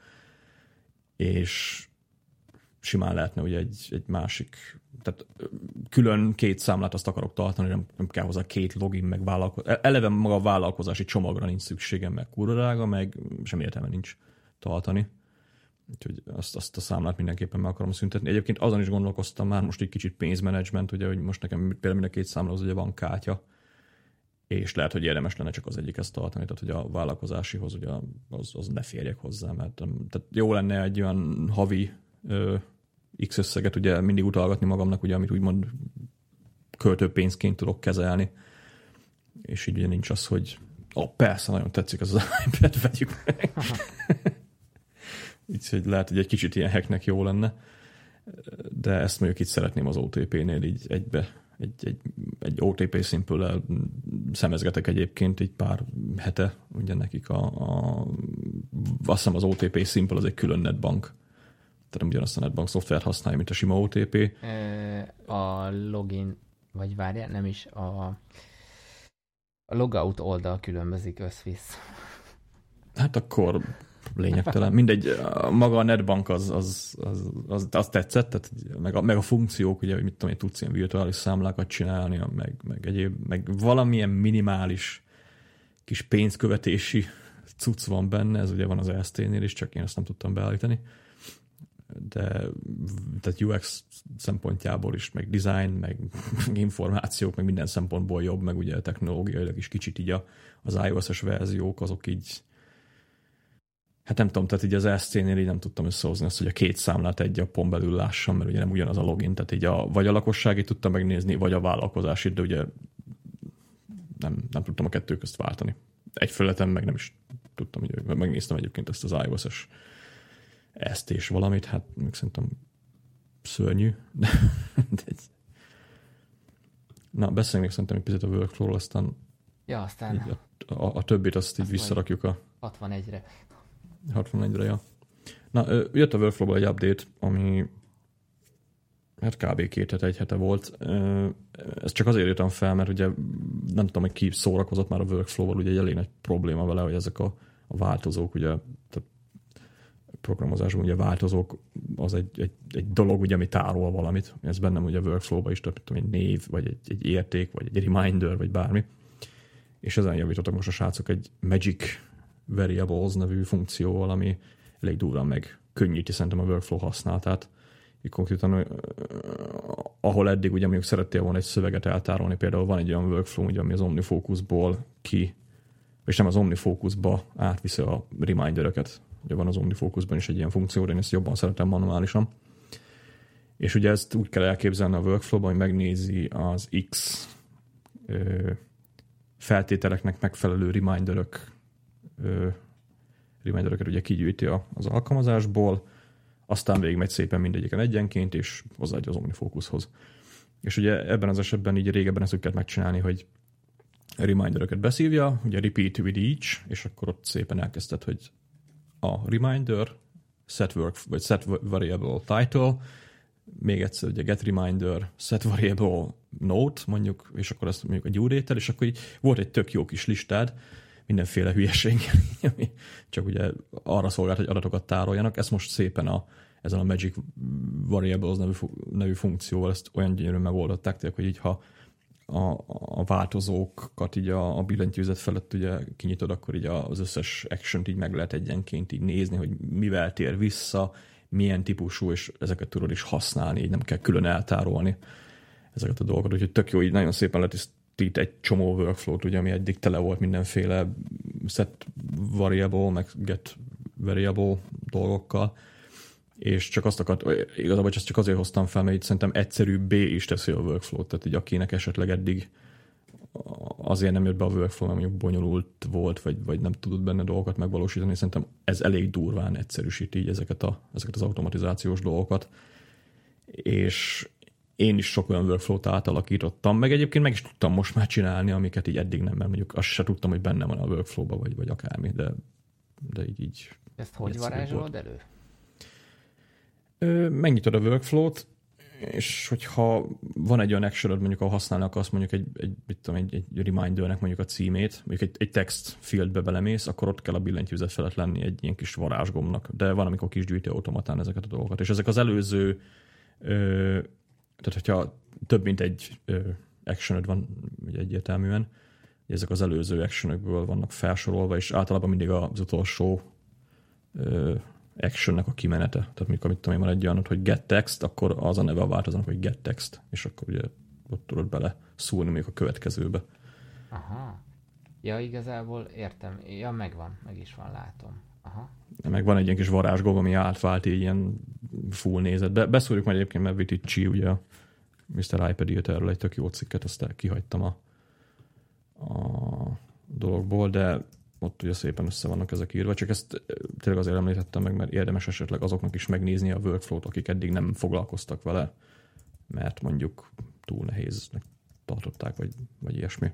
és simán lehetne ugye egy, egy másik, tehát külön két számlát azt akarok tartani, nem, nem kell hozzá két login, meg vállalkozás. Eleve maga a vállalkozási csomagra nincs szükségem, meg kurva drága, meg semmi értelme nincs tartani. Úgyhogy azt, azt a számlát mindenképpen meg akarom szüntetni. Egyébként azon is gondolkoztam már most egy kicsit pénzmenedzsment, ugye, hogy most nekem például mind a két számlához ugye van kártya, és lehet, hogy érdemes lenne csak az egyik ezt tartani, tehát hogy a vállalkozásihoz ugye az, az ne férjek hozzá, mert tehát jó lenne egy olyan havi ö, X összeget ugye mindig utalgatni magamnak, ugye, amit úgymond költőpénzként tudok kezelni. És így ugye nincs az, hogy ó, persze, nagyon tetszik az az iPad, vegyük meg. Így, hogy lehet, hogy egy kicsit ilyen hacknek jó lenne. De ezt mondjuk itt szeretném az o té pé-nél így egybe. Egy, egy, egy o té pé Simple-el szemezgetek egyébként egy pár hete, ugye nekik a, a azt hiszem az o té pé Simple az egy külön netbank. Tehát ugyanazt a netbank szoftvert használja, mint a sima o té pé. A login, vagy várjál, nem is, a, a logout oldal különbözik összvisz. Hát akkor lényegtelen. Mindegy, maga a netbank az, az, az, az, az tetszett, tehát meg, a, meg a funkciók, ugye, hogy mit tudom én, tudsz ilyen virtuális számlákat csinálni, meg, meg egyéb, meg valamilyen minimális kis pénzkövetési cucc van benne, ez ugye van az er es té-nél is, csak én azt nem tudtam beállítani. De tehát u iksz szempontjából is, meg design, meg, meg információk, meg minden szempontból jobb, meg ugye technológiailag is kicsit így a, az iOS-es verziók, azok így hát nem tudom, tehát így az er es té-nél így nem tudtam összehozni azt, hogy a két számlát egy appon belül lássam, mert ugye nem ugyanaz a login, tehát így a, vagy a lakossági tudtam megnézni, vagy a vállalkozásit, de ugye nem, nem tudtam a kettő közt váltani. Egy felületen meg nem is tudtam, hogy megnéztem egyébként ezt az iOS-es ezt és valamit, hát még szerintem szörnyű. De, de egy... Na, beszéljünk még szerintem egy picit a workflow-ról, aztán, ja, aztán... a, a, a többit azt így azt visszarakjuk a... hatvanegyre. hatvanegyre, ja. Na, jött a Workflow-ból egy update, ami hát kb. két hete, egy hete volt. Ez csak azért írtam fel, mert ugye nem tudom, hogy ki szórakozott már a Workflow-val, ugye egy elég nagy probléma vele, hogy ezek a, a változók, ugye tehát programozásban ugye változók, az egy, egy, egy dolog, ugye, ami tárol valamit. Ez bennem ugye a Workflow-ban is több, tudom, egy név, vagy egy, egy érték, vagy egy reminder, vagy bármi. És ezen javítottak most a srácok egy Magic Variables nevű funkcióval, ami elég durván meg könnyíti szerintem a Workflow használatát. Így konkrétan, ahol eddig ugye mondjuk szerettél volna egy szöveget eltárolni, például van egy olyan workflow, ugye, ami az OmniFocusból ki, és nem az OmniFocusba átviszi a reminderöket. Ugye van az OmniFocusban is egy ilyen funkció, de én ezt jobban szeretem manuálisan. És ugye ezt úgy kell elképzelni a workflow-ban, hogy megnézi az X ö, feltételeknek megfelelő reminderök, ö, reminderöket ugye kigyűjti az alkalmazásból, aztán végigmegy szépen mindegyiken egyenként, és hozzáadja az OmniFocushoz. És ugye ebben az esetben így régebben ezt úgy kellett megcsinálni, hogy reminderöket beszívja, ugye repeat with each, és akkor ott szépen elkezdted, hogy a reminder, set work, vagy set variable title, még egyszer ugye get reminder, set variable note, mondjuk, és akkor ezt mondjuk a due date-tel, és akkor így volt egy tök jó kis listád, mindenféle hülyeség, ami csak ugye arra szolgált, hogy adatokat tároljanak. Ezt most szépen a, ezen a Magic Variables nevű, nevű funkcióval ezt olyan gyönyörűen megoldották, tényleg, hogy így ha a, a változókat így a, a billentyűzet felett ugye kinyitod, akkor így az összes action-t így meg lehet egyenként így nézni, hogy mivel tér vissza, milyen típusú, és ezeket tudod is használni, így nem kell külön eltárolni ezeket a dolgokat. Úgyhogy tök jó, így nagyon szépen letisztít egy csomó workflow-t, ugye, ami eddig tele volt mindenféle set variable, meg get variable dolgokkal, és csak azt akart, igazából ezt csak azért hoztam fel, mert itt szerintem egyszerűbbé is teszi a workflow-t, tehát így akinek esetleg eddig azért nem jött be a workflow, mert mondjuk bonyolult volt, vagy, vagy nem tudott benne dolgokat megvalósítani, szerintem ez elég durván egyszerűsíti így ezeket, a, ezeket az automatizációs dolgokat, és én is sok olyan workflow-t átalakítottam, meg egyébként meg is tudtam most már csinálni, amiket így eddig nem, mert mondjuk azt se tudtam, hogy benne van a workflow-ba, vagy, vagy akármi, de, de így, így ezt hogy varázsolod elő? Megnyitod a workflow-t, és hogyha van egy olyan actionod, mondjuk ahol használni akarsz mondjuk egy, egy, mit tudom, egy, egy remindernek mondjuk a címét, mondjuk egy, egy text fieldbe belemész, akkor ott kell a billentyűzet felett lenni egy ilyen kis varázsgomnak, de van, amikor kis gyűjti automatán ezeket a dolgokat. És ezek az előző, ö, tehát hogyha több mint egy ö, actionod van, ugye egyértelműen, ezek az előző actionokból vannak felsorolva, és általában mindig az utolsó ö, actionnek a kimenete. Tehát mikor mit tudom én, van egy olyan, hogy get text, akkor az a neve a változónak, hogy get text, és akkor ugye ott tudod bele szúrni még a következőbe. Aha. Ja, igazából értem. Ja, megvan, meg is van, látom. Aha. Meg van egy ilyen kis varázsgomb, ami átvált így ilyen full nézetbe. Beszúrjuk majd egyébként, mert Viticci, ugye a miszter iPad írt erről egy tök jó cikket, azt kihagytam a, a dologból, de ott ugye szépen össze vannak ezek írva, csak ezt tényleg azért említettem meg, mert érdemes esetleg azoknak is megnézni a workflow-t, akik eddig nem foglalkoztak vele, mert mondjuk túl nehéznek tartották, vagy, vagy ilyesmi.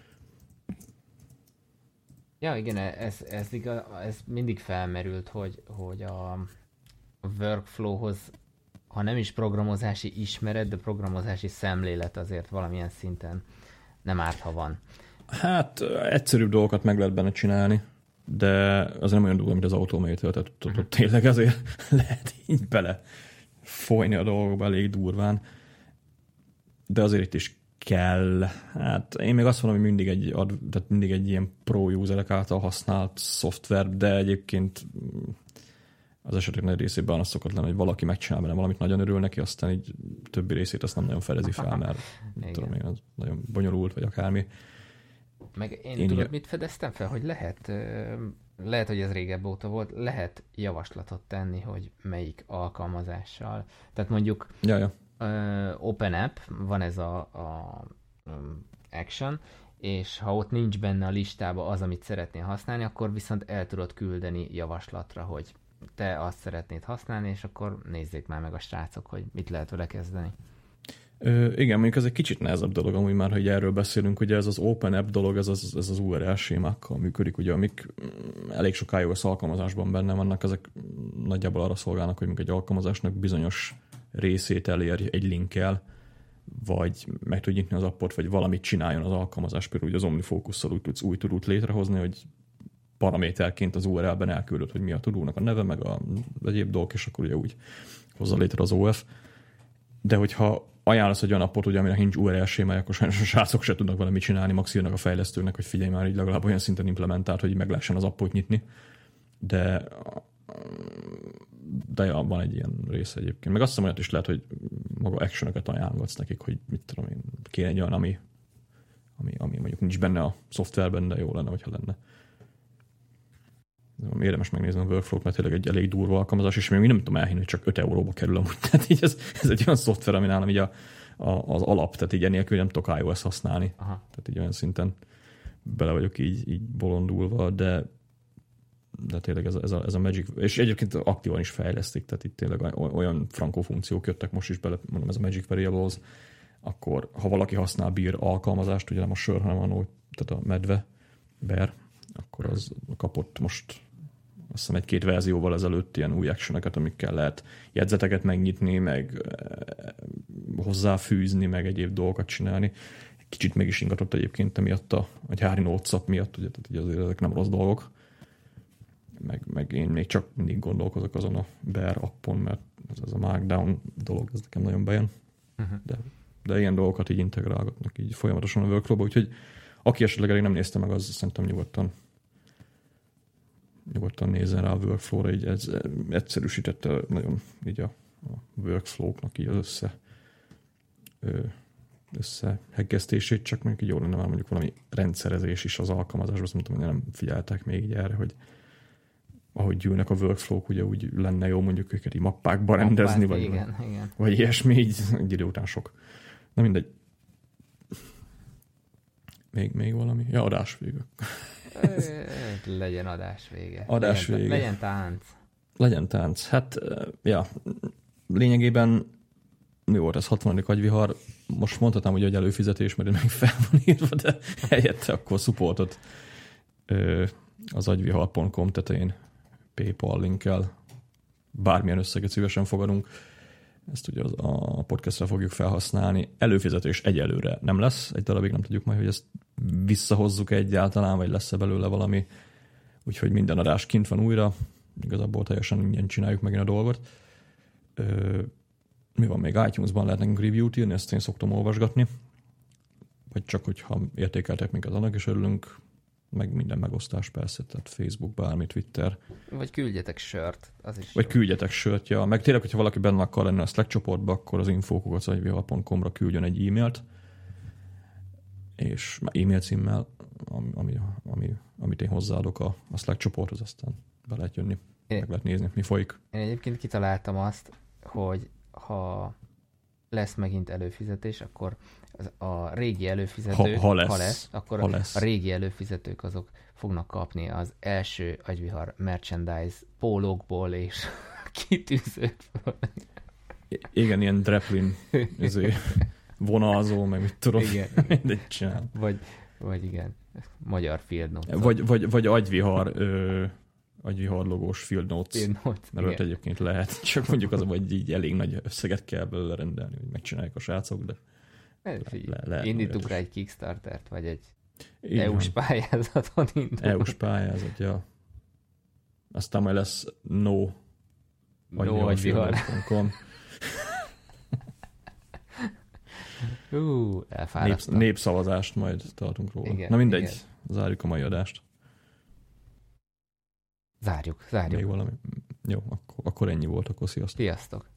Ja, igen, ez, ez, igaz, ez mindig felmerült, hogy, hogy a workflowhoz, ha nem is programozási ismeret, de programozási szemlélet azért valamilyen szinten nem árt, ha van. Hát egyszerűbb dolgokat meg lehet benne csinálni, de az nem olyan durva, mint az Automator, tehát ott, ott tényleg azért lehet így bele folyni a dolgokba elég durván, de azért itt is kell. Hát én még azt mondom, hogy mindig egy, tehát mindig egy ilyen pro userek által használt szoftver, de egyébként az esetek nagy részében az szokott lenni, hogy valaki megcsinál benne valamit, nagyon örül neki, aztán így többi részét azt nem nagyon fedezi fel, mert tudom én, az nagyon bonyolult, vagy akármi. Meg én, én tudod, mit fedeztem fel, hogy lehet, lehet, hogy ez régebb óta volt, lehet javaslatot tenni, hogy melyik alkalmazással. Tehát mondjuk ja, ja. Uh, Open App, van ez a, a um, action, és ha ott nincs benne a listába az, amit szeretnél használni, akkor viszont el tudod küldeni javaslatra, hogy te azt szeretnéd használni, és akkor nézzék már meg a srácok, hogy mit lehet vele kezdeni. Ö, igen, mondjuk ez egy kicsit nehezebb dolog, amúgy már, hogy erről beszélünk, ugye ez az Open App dolog, ez az, ez az u er el sémákkal működik, ugye, amik elég sok iOS alkalmazásban benne vannak, ezek nagyjából arra szolgálnak, hogy egy alkalmazásnak bizonyos részét elérj egy linkkel, vagy meg tudj nyitni az appot, vagy valamit csináljon az alkalmazás, például ugye az OmniFocus-szal úgy tudsz új tudót létrehozni, hogy paraméterként az u er el-ben elküldöd, hogy mi a tudónak a neve, meg a egyéb dolgok, és akkor ugye úgy hozza létre az o ef. De hogyha ajánlasz egy olyan appot, ugye, aminek nincs u er el sémája, akkor sajnos a srácok se tudnak vele mit csinálni, max írnak a fejlesztőnek, hogy figyelj már, így legalább olyan szinten implementált, hogy meg lehessen az appot nyitni. De, de ja, van egy ilyen része egyébként. Meg azt hiszem, olyat is lehet, hogy maga actionöket ajánlgatsz nekik, hogy mit tudom én, kéne egy olyan, ami, ami, ami mondjuk nincs benne a szoftverben, de jó lenne, hogyha lenne. Érdemes megnézni a workflow-t, mert tényleg egy elég durva alkalmazás, és még nem tudom elhinni, hogy csak öt euróba kerül amúgy. Tehát így ez, ez egy olyan szoftver, ami nálam így a, a, az alap, tehát így enélkül nem tudok iOS használni. Aha. Tehát így olyan szinten bele vagyok így, így bolondulva, de, de tényleg ez a, ez, a, ez a Magic, és egyébként aktívan is fejlesztik, tehát itt tényleg olyan frankó funkciók jöttek most is bele, mondom, ez a Magic Variables, akkor ha valaki használ bír alkalmazást, ugye nem a sör, hanem a, tehát a medve, bear, akkor az kapott most azt hiszem egy-két verzióval ezelőtt ilyen új actioneket, amikkel lehet jegyzeteket megnyitni, meg hozzáfűzni, meg egyéb dolgokat csinálni. Kicsit meg is ingatott egyébként emiatt a, a gyári Notes app miatt, ugye, tehát ugye azért ezek nem rossz dolgok. Meg, meg én még csak mindig gondolkozok azon a Bear appon, mert ez, ez a Markdown dolog, ez nekem nagyon bejön. Uh-huh. De, de ilyen dolgokat így integrálgatnak így folyamatosan a workflow-ba, úgyhogy aki esetleg elég nem nézte meg, az szerintem nyugodtan nyugodtan nézzen rá a workflow-ra, így ez egyszerűsítette nagyon így a, a workflow-knak így az össze összeheggesztését, csak mondjuk így jó lenne már mondjuk valami rendszerezés is az alkalmazásban, azt mondtam, hogy nem figyeltek még így erre, hogy ahogy gyűlnek a workflow-k, ugye úgy lenne jó mondjuk őket így mappákba Mappák, rendezni, vagy, igen, vagy, igen. vagy ilyesmi, így egy idő után sok. Na mindegy. Még, még valami? Ja, adás vége. Legyen adás vége. Adás legyen, vége. Legyen tánc. Legyen tánc. Hát, ja, lényegében mi volt ez, hatvanadik agyvihar? Most mondhatnám, hogy egy előfizetés, mert meg fel van írva, de helyette akkor supportot az agyvihar pont com tetején PayPal linkkel bármilyen összeget szívesen fogadunk. Ezt ugye a podcastra fogjuk felhasználni. Előfizetés egyelőre nem lesz. Egy darabig nem tudjuk majd, hogy ezt visszahozzuk egyáltalán, vagy lesz-e belőle valami. Úgyhogy minden adás kint van újra. Igazából teljesen ingyen csináljuk megint a dolgot. Ö, mi van még? iTunes-ban lehet nekünk review-t írni, ezt én szoktam olvasgatni. Vagy csak, hogyha értékeltek minket, annak is örülünk. Meg minden megosztás persze, tehát Facebook, bármi, Twitter. Vagy küldjetek sört, az is Vagy jó. küldjetek sört, ja. Meg tényleg, hogyha valaki benne akar lenni a Slack csoportba, akkor az info kukac agyvihar pont com-ra küldjön egy e-mailt, és e-mail címmel, ami, ami, ami, amit én hozzáadok a, a Slack csoporthoz, aztán be lehet jönni, én, meg lehet nézni, mi folyik. Én egyébként kitaláltam azt, hogy ha lesz megint előfizetés, akkor a régi előfizetők, ha, ha, lesz, ha lesz, akkor ha lesz. a régi előfizetők azok fognak kapni az első agyvihar merchandise pólókból és kitűzőkből. Igen, ilyen Draplin vonalzó, meg mit tudom, igen, mindegy csinál. Vagy, vagy igen, magyar Field Notes. Vagy, vagy, vagy agyvihar, ö, agyvihar logós Field Notes, Field Notes mert ott egyébként lehet, csak mondjuk az, hogy így elég nagy összeget kell belőle rendelni, hogy megcsinálják a srácok, de le, le, indítunk rá egy Kickstartert, vagy egy é u es pályázatot indulunk. é u-s pályázat, ja. Aztán majd lesz no no agyvihar pont com. Hú, elfáradtam. Nép, népszavazást majd tartunk róla. Igen, na mindegy, igen. Zárjuk a mai adást. Zárjuk, zárjuk. Még valami. Jó, akkor, akkor ennyi volt, akkor sziasztok. Sziasztok.